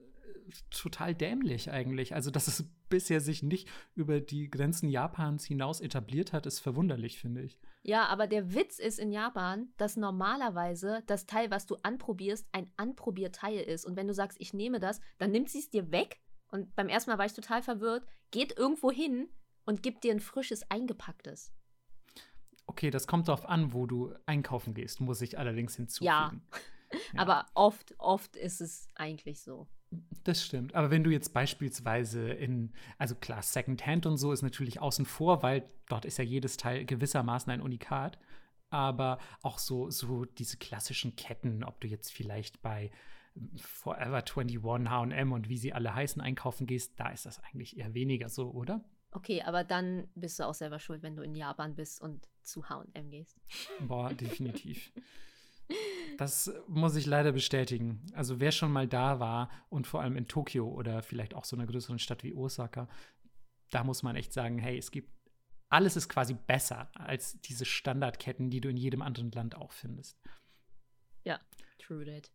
total dämlich eigentlich. Also, dass es bisher sich nicht über die Grenzen Japans hinaus etabliert hat, ist verwunderlich, finde ich.
Ja, aber der Witz ist in Japan, dass normalerweise das Teil, was du anprobierst, ein Anprobierteil ist. Und wenn du sagst, ich nehme das, dann nimmt sie es dir weg. Und beim ersten Mal war ich total verwirrt, geht irgendwo hin und gibt dir ein frisches, eingepacktes.
Okay, das kommt darauf an, wo du einkaufen gehst, muss ich allerdings hinzufügen.
Ja, ja. Aber oft, oft ist es eigentlich so.
Das stimmt. Aber wenn du jetzt beispielsweise in, also klar, Secondhand und so ist natürlich außen vor, weil dort ist ja jedes Teil gewissermaßen ein Unikat. Aber auch so, so diese klassischen Ketten, ob du jetzt vielleicht bei Forever einundzwanzig, H und M und wie sie alle heißen, einkaufen gehst, da ist das eigentlich eher weniger so, oder?
Okay, aber dann bist du auch selber schuld, wenn du in Japan bist und zu H und M gehst.
Boah, definitiv. Das muss ich leider bestätigen. Also wer schon mal da war und vor allem in Tokio oder vielleicht auch so einer größeren Stadt wie Osaka, da muss man echt sagen, hey, es gibt, alles ist quasi besser als diese Standardketten, die du in jedem anderen Land auch findest.
Ja, true that.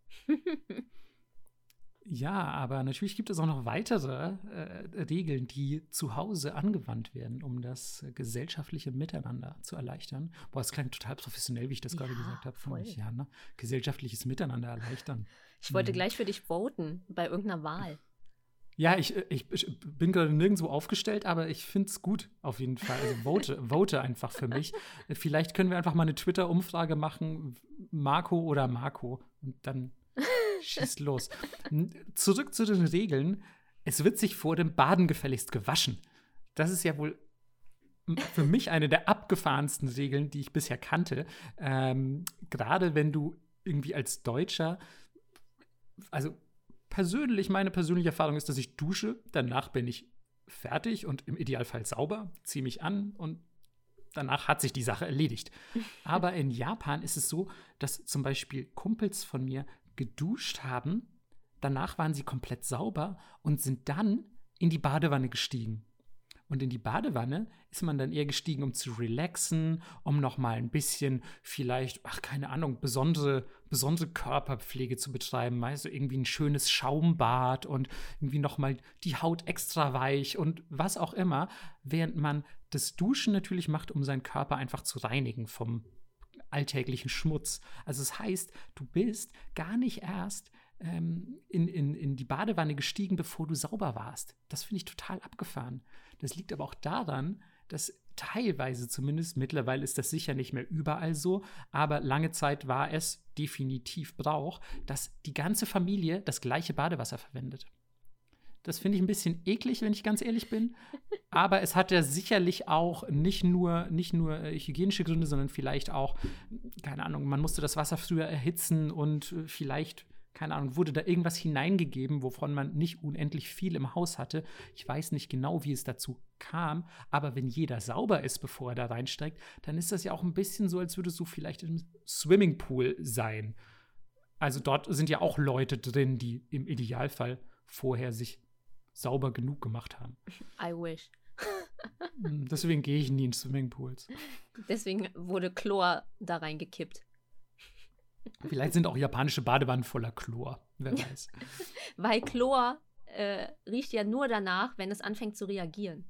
Ja, aber natürlich gibt es auch noch weitere äh, Regeln, die zu Hause angewandt werden, um das äh, gesellschaftliche Miteinander zu erleichtern. Boah, das klang total professionell, wie ich das ja, gerade gesagt habe. Von mich, ja, ne? Gesellschaftliches Miteinander erleichtern.
Ich wollte hm. gleich für dich voten bei irgendeiner Wahl.
Ja, ich, ich, ich bin gerade nirgendwo aufgestellt, aber ich finde es gut auf jeden Fall. Also vote, vote einfach für mich. Vielleicht können wir einfach mal eine Twitter-Umfrage machen, Marco oder Marco. Und dann schießt los. Zurück zu den Regeln. Es wird sich vor dem Baden gefälligst gewaschen. Das ist ja wohl für mich eine der abgefahrensten Regeln, die ich bisher kannte. Ähm, gerade wenn du irgendwie als Deutscher, also persönlich, meine persönliche Erfahrung ist, dass ich dusche, danach bin ich fertig und im Idealfall sauber, ziehe mich an und danach hat sich die Sache erledigt. Aber in Japan ist es so, dass zum Beispiel Kumpels von mir geduscht haben, danach waren sie komplett sauber und sind dann in die Badewanne gestiegen. Und in die Badewanne ist man dann eher gestiegen, um zu relaxen, um noch mal ein bisschen vielleicht, ach, keine Ahnung, besondere, besondere Körperpflege zu betreiben. Weißt du, irgendwie ein schönes Schaumbad und irgendwie noch mal die Haut extra weich und was auch immer. Während man das Duschen natürlich macht, um seinen Körper einfach zu reinigen vom alltäglichen Schmutz. Also das heißt, du bist gar nicht erst ähm, in, in, in die Badewanne gestiegen, bevor du sauber warst. Das finde ich total abgefahren. Das liegt aber auch daran, dass teilweise zumindest, mittlerweile ist das sicher nicht mehr überall so, aber lange Zeit war es definitiv Brauch, dass die ganze Familie das gleiche Badewasser verwendet. Das finde ich ein bisschen eklig, wenn ich ganz ehrlich bin. Aber es hat ja sicherlich auch nicht nur, nicht nur äh, hygienische Gründe, sondern vielleicht auch, keine Ahnung, man musste das Wasser früher erhitzen und äh, vielleicht, keine Ahnung, wurde da irgendwas hineingegeben, wovon man nicht unendlich viel im Haus hatte. Ich weiß nicht genau, wie es dazu kam, aber wenn jeder sauber ist, bevor er da reinsteigt, dann ist das ja auch ein bisschen so, als würdest du vielleicht im Swimmingpool sein. Also dort sind ja auch Leute drin, die im Idealfall vorher sich sauber genug gemacht haben.
I wish.
Deswegen gehe ich nie in Swimmingpools.
Deswegen wurde Chlor da reingekippt.
Vielleicht sind auch japanische Badewannen voller Chlor. Wer weiß.
Weil Chlor äh, riecht ja nur danach, wenn es anfängt zu reagieren.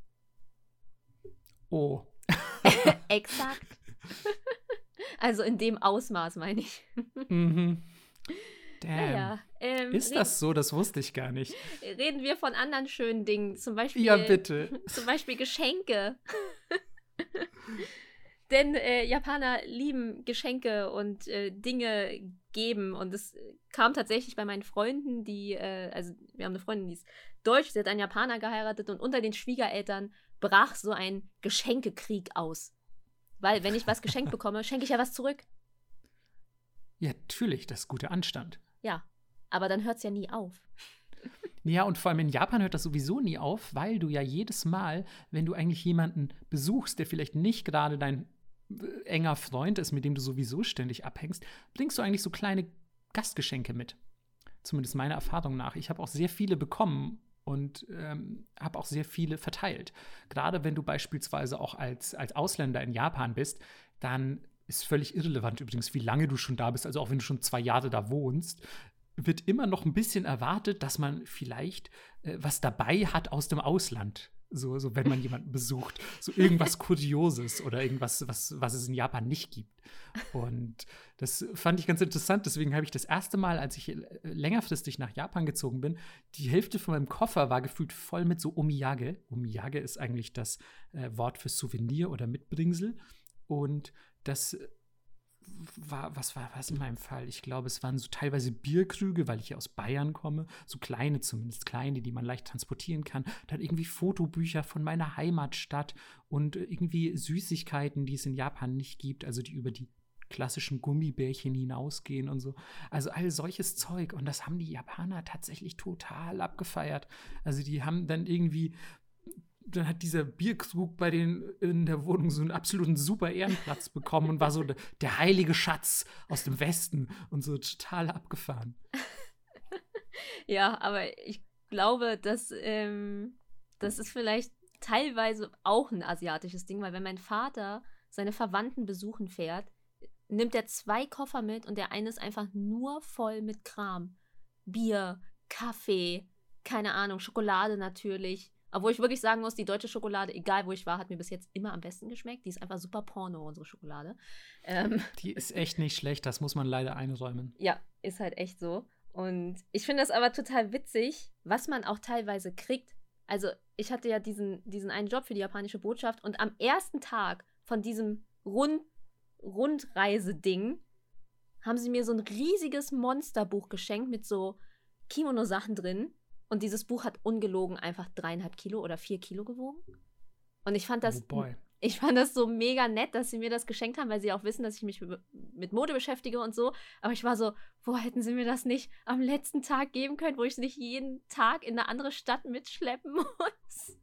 Oh.
Exakt. Also in dem Ausmaß, meine ich.
Mhm. Damn.
Naja, ähm,
ist das so? Das wusste ich gar nicht.
Reden wir von anderen schönen Dingen. Zum Beispiel,
ja, bitte.
Zum Beispiel Geschenke. Denn äh, Japaner lieben Geschenke und äh, Dinge geben. Und es kam tatsächlich bei meinen Freunden, die, äh, also wir haben eine Freundin, die ist deutsch, sie hat einen Japaner geheiratet und unter den Schwiegereltern brach so ein Geschenkekrieg aus. Weil wenn ich was geschenkt bekomme, schenke ich ja was zurück.
Ja, natürlich, das ist guter Anstand.
Ja, aber dann hört es ja nie auf.
Ja, und vor allem in Japan hört das sowieso nie auf, weil du ja jedes Mal, wenn du eigentlich jemanden besuchst, der vielleicht nicht gerade dein äh, enger Freund ist, mit dem du sowieso ständig abhängst, bringst du eigentlich so kleine Gastgeschenke mit. Zumindest meiner Erfahrung nach. Ich habe auch sehr viele bekommen und ähm, habe auch sehr viele verteilt. Gerade wenn du beispielsweise auch als, als Ausländer in Japan bist, dann ist völlig irrelevant übrigens, wie lange du schon da bist, also auch wenn du schon zwei Jahre da wohnst, wird immer noch ein bisschen erwartet, dass man vielleicht äh, was dabei hat aus dem Ausland. So, so wenn man jemanden besucht. So irgendwas Kurioses oder irgendwas, was, was es in Japan nicht gibt. Und das fand ich ganz interessant. Deswegen habe ich das erste Mal, als ich längerfristig nach Japan gezogen bin, die Hälfte von meinem Koffer war gefühlt voll mit so Omiyage. Omiyage ist eigentlich das äh, Wort für Souvenir oder Mitbringsel. Und das war, was war was in meinem Fall? Ich glaube, es waren so teilweise Bierkrüge, weil ich hier aus Bayern komme, so kleine zumindest, kleine, die man leicht transportieren kann. Dann irgendwie Fotobücher von meiner Heimatstadt und irgendwie Süßigkeiten, die es in Japan nicht gibt, also die über die klassischen Gummibärchen hinausgehen und so. Also all solches Zeug. Und das haben die Japaner tatsächlich total abgefeiert. Also die haben dann irgendwie dann hat dieser Bierkrug bei denen in der Wohnung so einen absoluten super Ehrenplatz bekommen und war so der, der heilige Schatz aus dem Westen und so total abgefahren.
Ja, aber ich glaube, dass ähm, das ist vielleicht teilweise auch ein asiatisches Ding, weil wenn mein Vater seine Verwandten besuchen fährt, nimmt er zwei Koffer mit und der eine ist einfach nur voll mit Kram. Bier, Kaffee, keine Ahnung, Schokolade natürlich. Obwohl ich wirklich sagen muss, die deutsche Schokolade, egal wo ich war, hat mir bis jetzt immer am besten geschmeckt. Die ist einfach super Porno, unsere Schokolade. Ähm,
die ist echt nicht schlecht, das muss man leider einräumen.
Ja, ist halt echt so. Und ich finde das aber total witzig, was man auch teilweise kriegt. Also ich hatte ja diesen, diesen einen Job für die japanische Botschaft und am ersten Tag von diesem Rund, Rundreise-Ding haben sie mir so ein riesiges Monsterbuch geschenkt mit so Kimono-Sachen drin. Und dieses Buch hat ungelogen einfach dreieinhalb Kilo oder vier Kilo gewogen. Und ich fand das,
oh boy.
ich fand das so mega nett, dass sie mir das geschenkt haben, weil sie auch wissen, dass ich mich mit Mode beschäftige und so. Aber ich war so, wo hätten sie mir das nicht am letzten Tag geben können, wo ich es nicht jeden Tag in eine andere Stadt mitschleppen muss?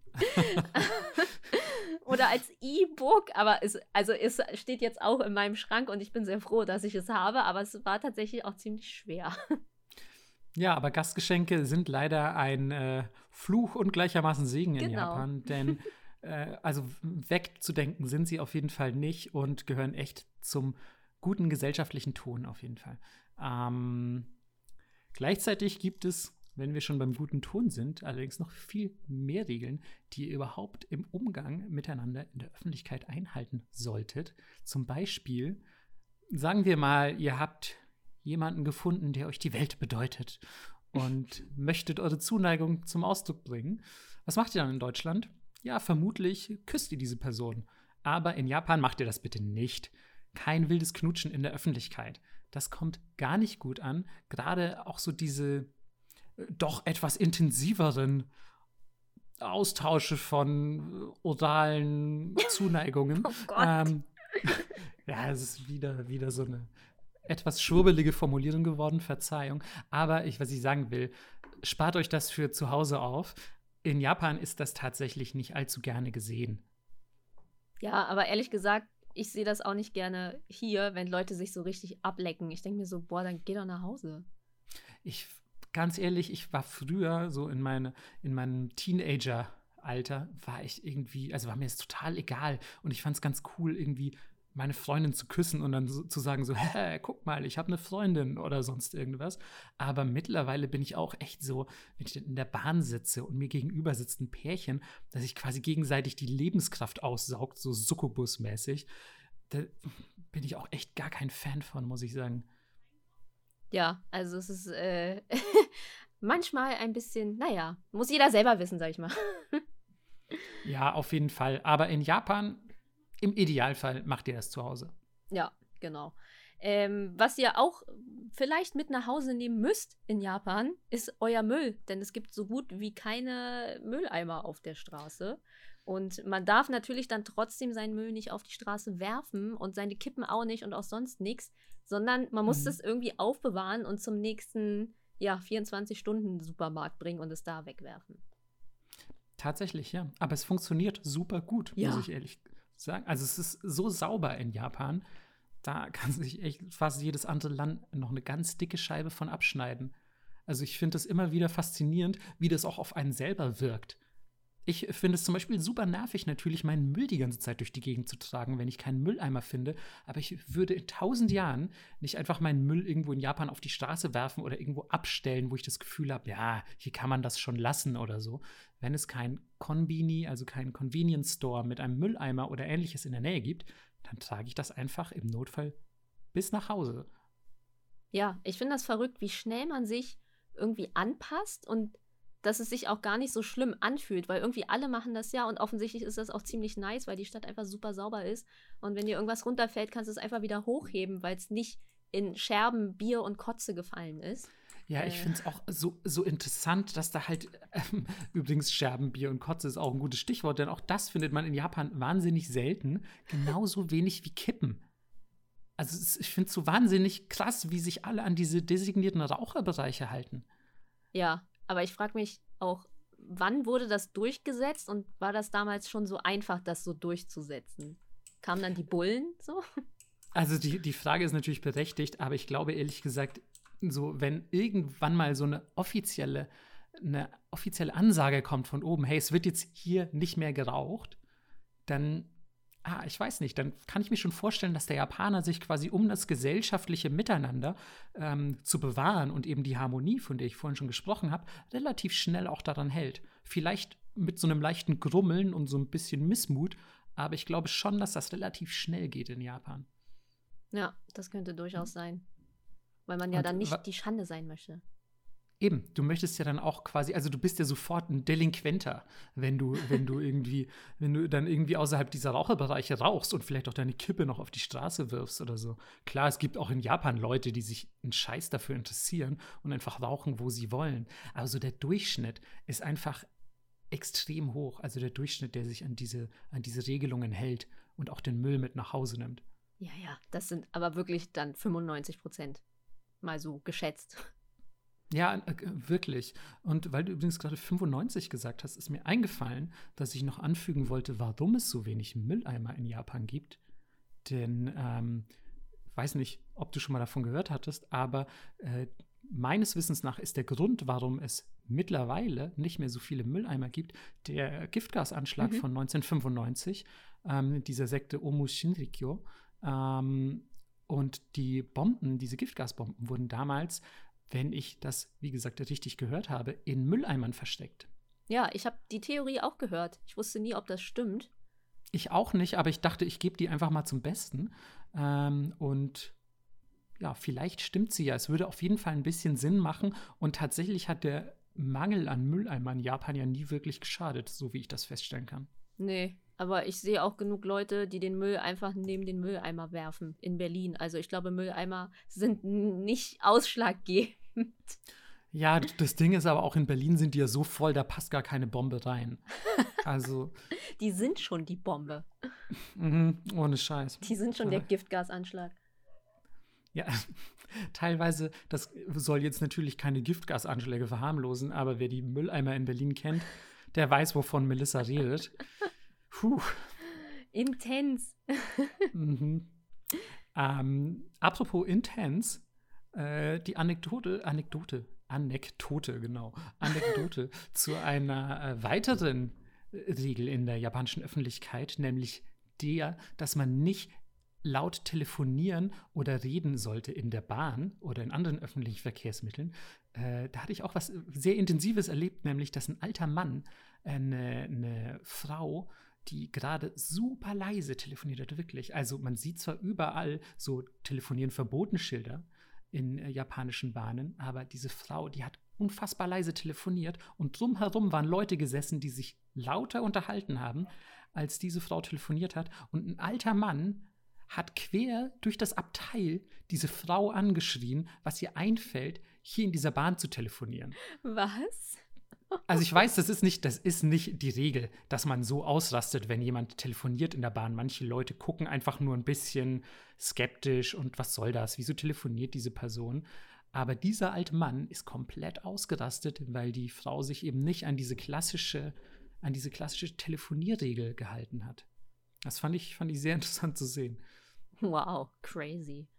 Oder als E-Book. Aber es, also es steht jetzt auch in meinem Schrank und ich bin sehr froh, dass ich es habe. Aber es war tatsächlich auch ziemlich schwer.
Ja, aber Gastgeschenke sind leider ein äh, Fluch und gleichermaßen Segen in
Genau.
Japan, denn äh, also wegzudenken sind sie auf jeden Fall nicht und gehören echt zum guten gesellschaftlichen Ton auf jeden Fall. Ähm, gleichzeitig gibt es, wenn wir schon beim guten Ton sind, allerdings noch viel mehr Regeln, die ihr überhaupt im Umgang miteinander in der Öffentlichkeit einhalten solltet. Zum Beispiel, sagen wir mal, ihr habt jemanden gefunden, der euch die Welt bedeutet und möchtet eure Zuneigung zum Ausdruck bringen. Was macht ihr dann in Deutschland? Ja, vermutlich küsst ihr diese Person. Aber in Japan macht ihr das bitte nicht. Kein wildes Knutschen in der Öffentlichkeit. Das kommt gar nicht gut an. Gerade auch so diese äh, doch etwas intensiveren Austausche von oralen Zuneigungen.
Oh Gott.
Ähm, ja, es ist wieder, wieder so eine etwas schwurbelige Formulierung geworden, Verzeihung. Aber ich, was ich sagen will, spart euch das für zu Hause auf. In Japan ist das tatsächlich nicht allzu gerne gesehen.
Ja, aber ehrlich gesagt, ich sehe das auch nicht gerne hier, wenn Leute sich so richtig ablecken. Ich denke mir so, boah, dann geh doch nach Hause.
Ich, ganz ehrlich, ich war früher so in, meine, in meinem Teenager-Alter, war ich irgendwie, also war mir das total egal. Und ich fand es ganz cool, irgendwie meine Freundin zu küssen und dann so, zu sagen so, hä, guck mal, ich habe eine Freundin oder sonst irgendwas. Aber mittlerweile bin ich auch echt so, wenn ich in der Bahn sitze und mir gegenüber sitzt ein Pärchen, dass sich quasi gegenseitig die Lebenskraft aussaugt, so Succubus-mäßig. Da bin ich auch echt gar kein Fan von, muss ich sagen.
Ja, also es ist äh, manchmal ein bisschen, naja, muss jeder selber wissen, sag ich mal.
Ja, auf jeden Fall. Aber in Japan im Idealfall macht ihr das zu Hause.
Ja, genau. Ähm, was ihr auch vielleicht mit nach Hause nehmen müsst in Japan, ist euer Müll. Denn es gibt so gut wie keine Mülleimer auf der Straße. Und man darf natürlich dann trotzdem seinen Müll nicht auf die Straße werfen und seine Kippen auch nicht und auch sonst nichts, sondern man muss
Mhm.
das irgendwie aufbewahren und zum nächsten, ja, vierundzwanzig-Stunden-Supermarkt bringen und es da wegwerfen.
Tatsächlich, ja. Aber es funktioniert super gut,
Ja.
muss ich ehrlich sagen. Also es ist so sauber in Japan, da kann sich echt fast jedes andere Land noch eine ganz dicke Scheibe von abschneiden. Also ich finde es immer wieder faszinierend, wie das auch auf einen selber wirkt. Ich finde es zum Beispiel super nervig, natürlich meinen Müll die ganze Zeit durch die Gegend zu tragen, wenn ich keinen Mülleimer finde. Aber ich würde in tausend Jahren nicht einfach meinen Müll irgendwo in Japan auf die Straße werfen oder irgendwo abstellen, wo ich das Gefühl habe, ja, hier kann man das schon lassen oder so. Wenn es kein Konbini, also kein Convenience Store mit einem Mülleimer oder Ähnliches in der Nähe gibt, dann trage ich das einfach im Notfall bis nach Hause.
Ja, ich finde das verrückt, wie schnell man sich irgendwie anpasst und dass es sich auch gar nicht so schlimm anfühlt, weil irgendwie alle machen das ja und offensichtlich ist das auch ziemlich nice, weil die Stadt einfach super sauber ist und wenn dir irgendwas runterfällt, kannst du es einfach wieder hochheben, weil es nicht in Scherben, Bier und Kotze gefallen ist.
Ja, ich
Äh.
finde es auch so, so interessant, dass da halt, ähm, übrigens Scherben, Bier und Kotze ist auch ein gutes Stichwort, denn auch das findet man in Japan wahnsinnig selten, genauso wenig wie Kippen. Also es, ich finde es so wahnsinnig krass, wie sich alle an diese designierten Raucherbereiche halten.
Ja, aber ich frage mich auch, wann wurde das durchgesetzt und war das damals schon so einfach, das so durchzusetzen? Kamen dann die Bullen so?
Also die, die Frage ist natürlich berechtigt, aber ich glaube ehrlich gesagt, so wenn irgendwann mal so eine offizielle, eine offizielle Ansage kommt von oben, hey, es wird jetzt hier nicht mehr geraucht, dann Ah, ich weiß nicht, dann kann ich mir schon vorstellen, dass der Japaner sich quasi, um das gesellschaftliche Miteinander ähm, zu bewahren und eben die Harmonie, von der ich vorhin schon gesprochen habe, relativ schnell auch daran hält. Vielleicht mit so einem leichten Grummeln und so ein bisschen Missmut, aber ich glaube schon, dass das relativ schnell geht in Japan.
Ja, das könnte durchaus sein. Weil man ja
Und
dann nicht
wa-
die Schande sein möchte.
Eben, du möchtest ja dann auch quasi, also du bist ja sofort ein Delinquenter, wenn du, wenn du irgendwie, wenn du dann irgendwie außerhalb dieser Raucherbereiche rauchst und vielleicht auch deine Kippe noch auf die Straße wirfst oder so. Klar, es gibt auch in Japan Leute, die sich einen Scheiß dafür interessieren und einfach rauchen, wo sie wollen. Aber so der Durchschnitt ist einfach extrem hoch. Also der Durchschnitt, der sich an diese, an diese Regelungen hält und auch den Müll mit nach Hause nimmt.
Ja, ja, das sind aber wirklich dann fünfundneunzig Prozent. Mal so geschätzt.
Ja, äh, wirklich. Und weil du übrigens gerade fünfundneunzig gesagt hast, ist mir eingefallen, dass ich noch anfügen wollte, warum es so wenig Mülleimer in Japan gibt. Denn, ähm, weiß nicht, ob du schon mal davon gehört hattest, aber äh, meines Wissens nach ist der Grund, warum es mittlerweile nicht mehr so viele Mülleimer gibt, der Giftgasanschlag
Mhm.
von neunzehnhundertfünfundneunzig, ähm, dieser Sekte Omu Shinrikyo. Ähm, und die Bomben, diese Giftgasbomben, wurden damals, wenn ich das, wie gesagt, richtig gehört habe, in Mülleimern versteckt.
Ja, ich habe die Theorie auch gehört. Ich wusste nie, ob das stimmt.
Ich auch nicht, aber ich dachte, ich gebe die einfach mal zum Besten. Ähm, und ja, vielleicht stimmt sie ja. Es würde auf jeden Fall ein bisschen Sinn machen. Und tatsächlich hat der Mangel an Mülleimern in Japan ja nie wirklich geschadet, so wie ich das feststellen kann.
Nee, aber ich sehe auch genug Leute, die den Müll einfach neben den Mülleimer werfen in Berlin. Also ich glaube, Mülleimer sind n- nicht ausschlaggebend.
Ja, das Ding ist aber auch, in Berlin sind die ja so voll, da passt gar keine Bombe rein. Also,
Die sind schon die Bombe.
mhm, ohne Scheiß.
Die sind schon der Giftgasanschlag.
Ja, teilweise, das soll jetzt natürlich keine Giftgasanschläge verharmlosen, aber wer die Mülleimer in Berlin kennt, der weiß, wovon Melissa redet. Puh.
Intens.
Mhm. Ähm, apropos intens, äh, die Anekdote, Anekdote, Anekdote, genau, Anekdote zu einer äh, weiteren Regel in der japanischen Öffentlichkeit, nämlich der, dass man nicht laut telefonieren oder reden sollte in der Bahn oder in anderen öffentlichen Verkehrsmitteln. Äh, da hatte ich auch was sehr Intensives erlebt, nämlich, dass ein alter Mann eine, eine Frau, die gerade super leise telefoniert hat, wirklich. Also man sieht zwar überall so telefonieren verboten Schilder in äh, japanischen Bahnen, aber diese Frau, die hat unfassbar leise telefoniert und drumherum waren Leute gesessen, die sich lauter unterhalten haben, als diese Frau telefoniert hat. Und ein alter Mann hat quer durch das Abteil diese Frau angeschrien, was ihr einfällt, hier in dieser Bahn zu telefonieren.
Was?
Also ich weiß, das ist nicht, das ist nicht die Regel, dass man so ausrastet, wenn jemand telefoniert in der Bahn. Manche Leute gucken einfach nur ein bisschen skeptisch und was soll das? Wieso telefoniert diese Person? Aber dieser alte Mann ist komplett ausgerastet, weil die Frau sich eben nicht an diese klassische, an diese klassische Telefonierregel gehalten hat. Das fand ich, fand ich sehr interessant zu sehen.
Wow, crazy.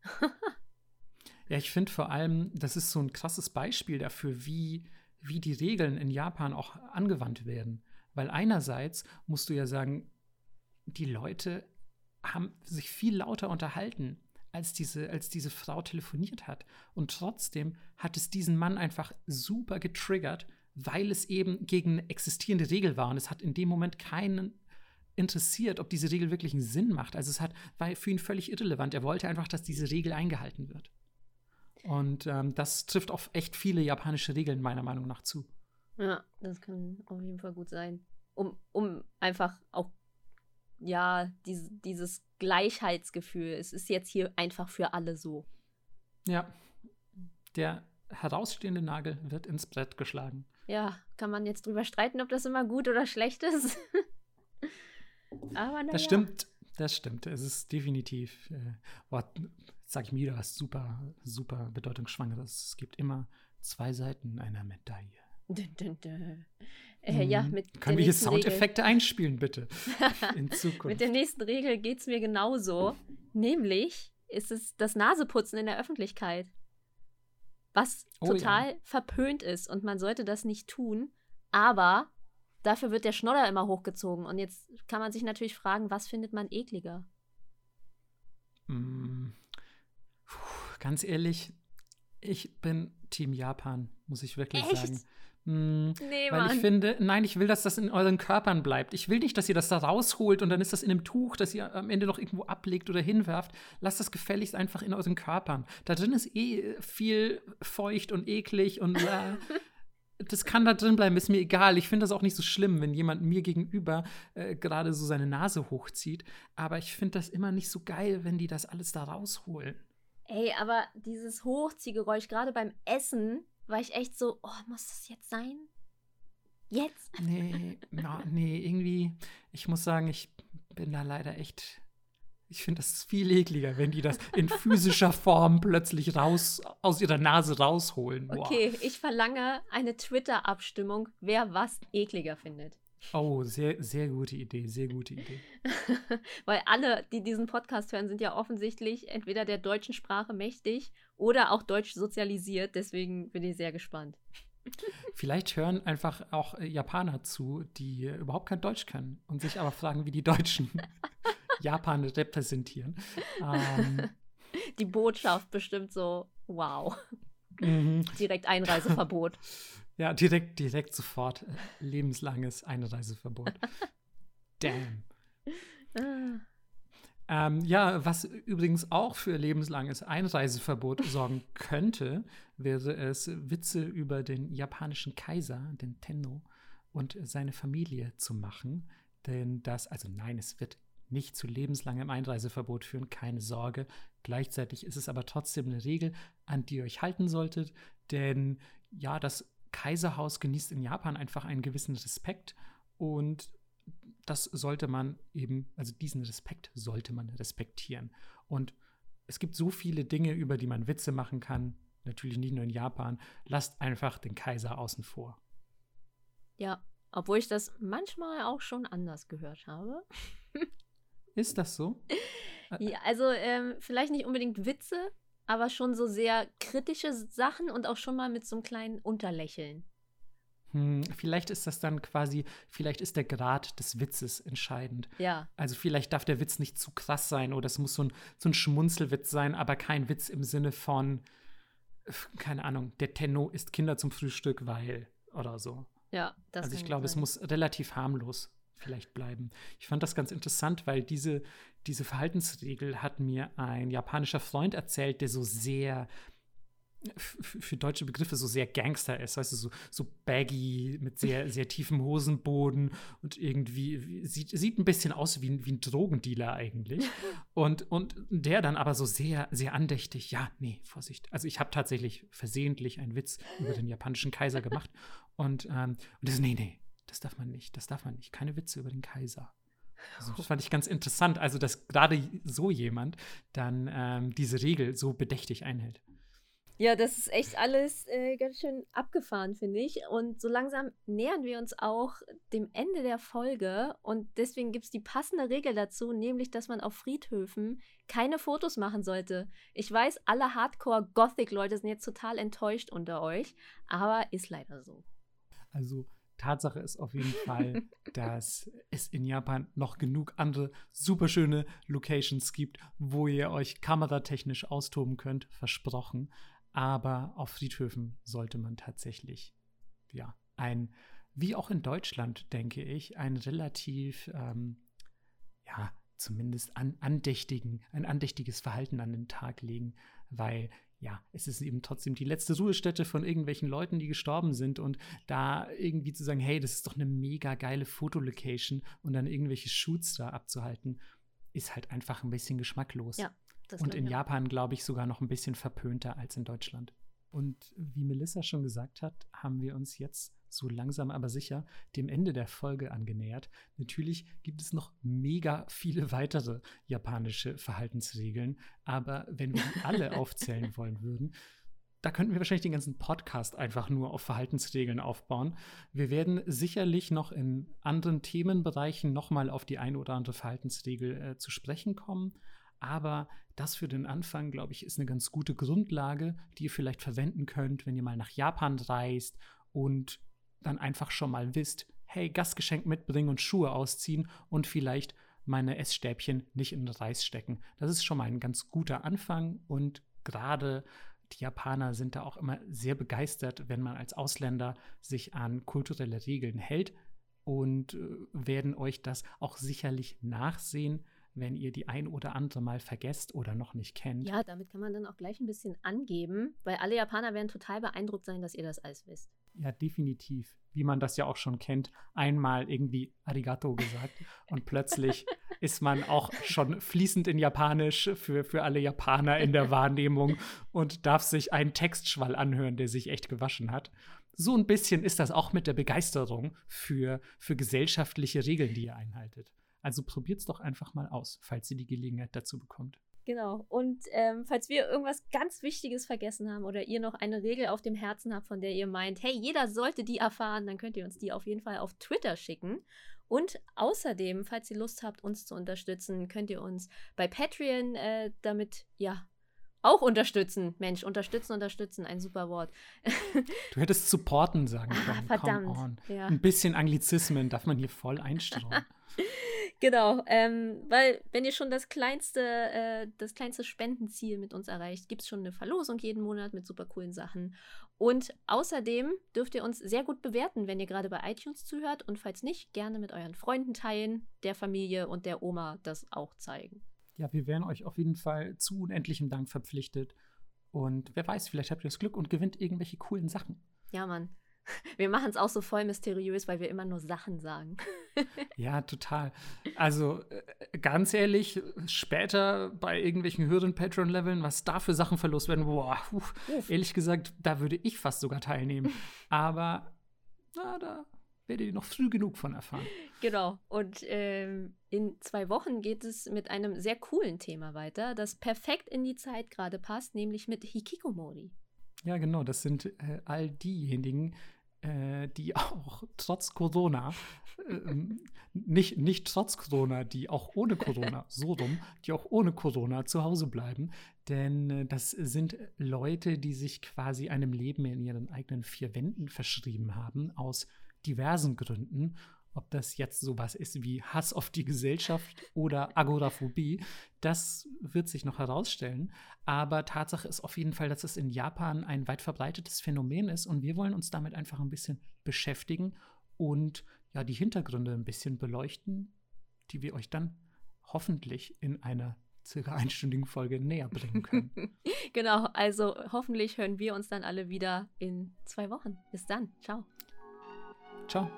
Ja, ich finde vor allem, das ist so ein krasses Beispiel dafür, wie, wie die Regeln in Japan auch angewandt werden. Weil einerseits musst du ja sagen, die Leute haben sich viel lauter unterhalten, als diese, als diese Frau telefoniert hat. Und trotzdem hat es diesen Mann einfach super getriggert, weil es eben gegen eine existierende Regel war. Und es hat in dem Moment keinen interessiert, ob diese Regel wirklich einen Sinn macht. Also es hat, war für ihn völlig irrelevant. Er wollte einfach, dass diese Regel eingehalten wird. Und ähm, das trifft auf echt viele japanische Regeln meiner Meinung nach zu.
Ja, das kann auf jeden Fall gut sein. Um, um einfach auch, ja, diese, dieses Gleichheitsgefühl. Es ist jetzt hier einfach für alle so.
Ja, der herausstehende Nagel wird ins Brett geschlagen.
Ja, kann man jetzt drüber streiten, ob das immer gut oder schlecht ist. Aber naja.
Das stimmt, das stimmt. Es ist definitiv, äh, oh, sag ich mir wieder, was super, super bedeutungsschwangeres. Es gibt immer zwei Seiten einer Medaille.
Dün, dün, dün. Äh, ja, mit
Können wir hier Soundeffekte einspielen, bitte? In Zukunft.
Mit der nächsten Regel geht es mir genauso. Nämlich ist es das Naseputzen in der Öffentlichkeit. Was
Oh,
total
ja.
verpönt ist und man sollte das nicht tun. Aber dafür wird der Schnodder immer hochgezogen. Und jetzt kann man sich natürlich fragen, was findet man ekliger?
Mm, puh, ganz ehrlich, ich bin Team Japan, muss ich wirklich
Echt?
sagen. Mm,
Nee,
weil
Mann.
ich finde, nein, ich will, dass das in euren Körpern bleibt. Ich will nicht, dass ihr das da rausholt und dann ist das in einem Tuch, das ihr am Ende noch irgendwo ablegt oder hinwerft. Lasst das gefälligst einfach in euren Körpern. Da drin ist eh viel feucht und eklig und äh, das kann da drin bleiben, ist mir egal. Ich finde das auch nicht so schlimm, wenn jemand mir gegenüber äh, gerade so seine Nase hochzieht. Aber ich finde das immer nicht so geil, wenn die das alles da rausholen.
Ey, aber dieses Hochziehgeräusch, gerade beim Essen, war ich echt so, oh, muss das jetzt sein? Jetzt?
Nee, na, nee, irgendwie, ich muss sagen, ich bin da leider echt, ich finde das viel ekliger, wenn die das in physischer Form plötzlich raus, aus ihrer Nase rausholen. Boah.
Okay, ich verlange eine Twitter-Abstimmung, wer was ekliger findet.
Oh, sehr, sehr gute Idee, sehr gute Idee.
Weil alle, die diesen Podcast hören, sind ja offensichtlich entweder der deutschen Sprache mächtig oder auch deutsch sozialisiert. Deswegen bin ich sehr gespannt.
Vielleicht hören einfach auch äh, Japaner zu, die äh, überhaupt kein Deutsch können und sich aber fragen, wie die Deutschen Japan repräsentieren. Ähm,
Die Botschaft bestimmt so, wow.
mhm.
Direkt Einreiseverbot.
Ja, direkt, direkt sofort. Äh, lebenslanges Einreiseverbot. Damn.
Ah.
Ähm, ja, was übrigens auch für lebenslanges Einreiseverbot sorgen könnte, wäre es, Witze über den japanischen Kaiser, den Tenno, und seine Familie zu machen. Denn das, also nein, es wird nicht zu lebenslangem Einreiseverbot führen, keine Sorge. Gleichzeitig ist es aber trotzdem eine Regel, an die ihr euch halten solltet. Denn ja, das Kaiserhaus genießt in Japan einfach einen gewissen Respekt und das sollte man eben, also diesen Respekt sollte man respektieren. Und es gibt so viele Dinge, über die man Witze machen kann, natürlich nicht nur in Japan. Lasst einfach den Kaiser außen vor.
Ja, obwohl ich das manchmal auch schon anders gehört habe.
Ist das so?
Ja, also ähm, vielleicht nicht unbedingt Witze, aber schon so sehr kritische Sachen und auch schon mal mit so einem kleinen Unterlächeln.
Hm, vielleicht ist das dann quasi, vielleicht ist der Grad des Witzes entscheidend.
Ja.
Also vielleicht darf der Witz nicht zu krass sein oder es muss so ein, so ein Schmunzelwitz sein, aber kein Witz im Sinne von, keine Ahnung, der Tenno isst Kinder zum Frühstück, weil oder so.
Ja, das
Also ich
kann
glaube,
sein.
es muss relativ harmlos vielleicht bleiben. Ich fand das ganz interessant, weil diese, diese Verhaltensregel hat mir ein japanischer Freund erzählt, der so sehr, f- für deutsche Begriffe, so sehr Gangster ist. Weißt du, so, so baggy mit sehr, sehr tiefem Hosenboden und irgendwie wie- sieht, sieht ein bisschen aus wie, ein- wie ein Drogendealer eigentlich. Und, und der dann aber so sehr, sehr andächtig, ja, nee, Vorsicht. Also ich habe tatsächlich versehentlich einen Witz über den japanischen Kaiser gemacht. Und, ähm, und das, nee, nee, das darf man nicht, das darf man nicht. Keine Witze über den Kaiser. Also das fand ich ganz interessant, also dass gerade so jemand dann ähm, diese Regel so bedächtig einhält.
Ja, das ist echt alles äh, ganz schön abgefahren, finde ich. Und so langsam nähern wir uns auch dem Ende der Folge. Und deswegen gibt es die passende Regel dazu, nämlich, dass man auf Friedhöfen keine Fotos machen sollte. Ich weiß, alle Hardcore-Gothic-Leute sind jetzt total enttäuscht unter euch, aber ist leider so.
Also Tatsache ist auf jeden Fall, dass es in Japan noch genug andere superschöne Locations gibt, wo ihr euch kameratechnisch austoben könnt, versprochen. Aber auf Friedhöfen sollte man tatsächlich, ja, ein, wie auch in Deutschland, denke ich, ein relativ, ähm, ja, zumindest an, andächtigen, ein andächtiges Verhalten an den Tag legen, weil ja, es ist eben trotzdem die letzte Ruhestätte von irgendwelchen Leuten, die gestorben sind, und da irgendwie zu sagen, hey, das ist doch eine mega geile Fotolocation und dann irgendwelche Shoots da abzuhalten, ist halt einfach ein bisschen geschmacklos.
Ja, das
und in
ich
Japan, glaube ich, sogar noch ein bisschen verpönter als in Deutschland. Und wie Melissa schon gesagt hat, haben wir uns jetzt so langsam aber sicher dem Ende der Folge angenähert. Natürlich gibt es noch mega viele weitere japanische Verhaltensregeln, aber wenn wir die alle aufzählen wollen würden, da könnten wir wahrscheinlich den ganzen Podcast einfach nur auf Verhaltensregeln aufbauen. Wir werden sicherlich noch in anderen Themenbereichen nochmal auf die eine oder andere Verhaltensregel äh, zu sprechen kommen. Aber das für den Anfang, glaube ich, ist eine ganz gute Grundlage, die ihr vielleicht verwenden könnt, wenn ihr mal nach Japan reist und dann einfach schon mal wisst, hey, Gastgeschenk mitbringen und Schuhe ausziehen und vielleicht meine Essstäbchen nicht in den Reis stecken. Das ist schon mal ein ganz guter Anfang, und gerade die Japaner sind da auch immer sehr begeistert, wenn man als Ausländer sich an kulturelle Regeln hält, und äh, werden euch das auch sicherlich nachsehen, wenn ihr die ein oder andere mal vergesst oder noch nicht kennt.
Ja, damit kann man dann auch gleich ein bisschen angeben, weil alle Japaner werden total beeindruckt sein, dass ihr das alles wisst.
Ja, definitiv. Wie man das ja auch schon kennt, einmal irgendwie Arigato gesagt und plötzlich ist man auch schon fließend in Japanisch für, für alle Japaner in der Wahrnehmung und darf sich einen Textschwall anhören, der sich echt gewaschen hat. So ein bisschen ist das auch mit der Begeisterung für, für gesellschaftliche Regeln, die ihr einhaltet. Also probiert's doch einfach mal aus, falls ihr die Gelegenheit dazu bekommt.
Genau. Und ähm, falls wir irgendwas ganz Wichtiges vergessen haben oder ihr noch eine Regel auf dem Herzen habt, von der ihr meint, hey, jeder sollte die erfahren, dann könnt ihr uns die auf jeden Fall auf Twitter schicken. Und außerdem, falls ihr Lust habt, uns zu unterstützen, könnt ihr uns bei Patreon äh, damit, ja, auch unterstützen. Mensch, unterstützen, unterstützen, ein super Wort.
Du hättest supporten sagen können.
Ah, verdammt. Ja.
Ein bisschen Anglizismen darf man hier voll einstreuen.
Genau, ähm, weil wenn ihr schon das kleinste, äh, das kleinste Spendenziel mit uns erreicht, gibt es schon eine Verlosung jeden Monat mit super coolen Sachen. Und außerdem dürft ihr uns sehr gut bewerten, wenn ihr gerade bei iTunes zuhört, und falls nicht, gerne mit euren Freunden teilen, der Familie und der Oma das auch zeigen.
Ja, wir wären euch auf jeden Fall zu unendlichem Dank verpflichtet. Und wer weiß, vielleicht habt ihr das Glück und gewinnt irgendwelche coolen Sachen.
Ja, Mann. Wir machen es auch so voll mysteriös, weil wir immer nur Sachen sagen.
Ja, total. Also äh, ganz ehrlich, später bei irgendwelchen höheren Patreon-Leveln, was da für Sachen verlost werden, boah, uff, ehrlich gesagt, da würde ich fast sogar teilnehmen. Aber na, da werdet ihr noch früh genug von erfahren.
Genau. Und ähm, in zwei Wochen geht es mit einem sehr coolen Thema weiter, das perfekt in die Zeit gerade passt, nämlich mit Hikikomori.
Ja, genau. Das sind äh, all diejenigen, äh, die auch trotz Corona, äh, nicht, nicht trotz Corona, die auch ohne Corona, so rum, die auch ohne Corona zu Hause bleiben. Denn äh, das sind Leute, die sich quasi einem Leben in ihren eigenen vier Wänden verschrieben haben, aus diversen Gründen. Ob das jetzt sowas ist wie Hass auf die Gesellschaft oder Agoraphobie, das wird sich noch herausstellen. Aber Tatsache ist auf jeden Fall, dass es in Japan ein weit verbreitetes Phänomen ist, und wir wollen uns damit einfach ein bisschen beschäftigen und ja, die Hintergründe ein bisschen beleuchten, die wir euch dann hoffentlich in einer circa einstündigen Folge näher bringen können.
Genau, also hoffentlich hören wir uns dann alle wieder in zwei Wochen. Bis dann. Ciao.
Ciao.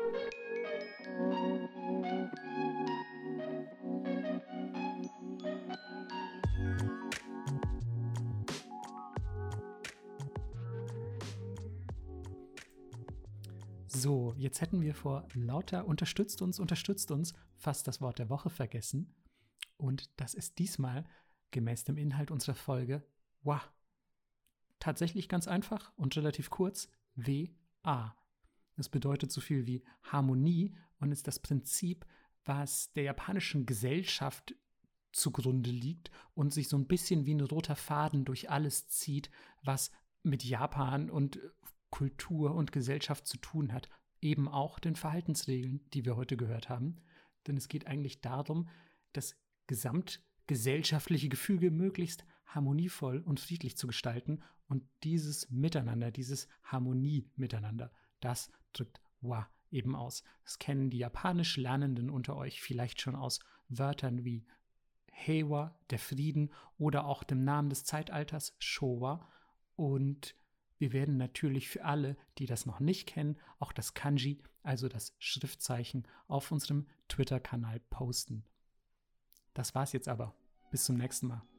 So, jetzt hätten wir vor lauter unterstützt uns, unterstützt uns fast das Wort der Woche vergessen. Und das ist diesmal, gemäß dem Inhalt unserer Folge, Wa. Tatsächlich ganz einfach und relativ kurz, W A. Das bedeutet so viel wie Harmonie und ist das Prinzip, was der japanischen Gesellschaft zugrunde liegt und sich so ein bisschen wie ein roter Faden durch alles zieht, was mit Japan und Kultur und Gesellschaft zu tun hat. eben auch den Verhaltensregeln, die wir heute gehört haben. Denn es geht eigentlich darum, das gesamtgesellschaftliche Gefüge möglichst harmonievoll und friedlich zu gestalten. Und dieses Miteinander, dieses Harmonie-Miteinander, das drückt Wa eben aus. Das kennen die japanisch Lernenden unter euch vielleicht schon aus Wörtern wie Heiwa, der Frieden, oder auch dem Namen des Zeitalters, Showa. Und wir werden natürlich für alle, die das noch nicht kennen, auch das Kanji, also das Schriftzeichen, auf unserem Twitter-Kanal posten. Das war's jetzt aber. Bis zum nächsten Mal.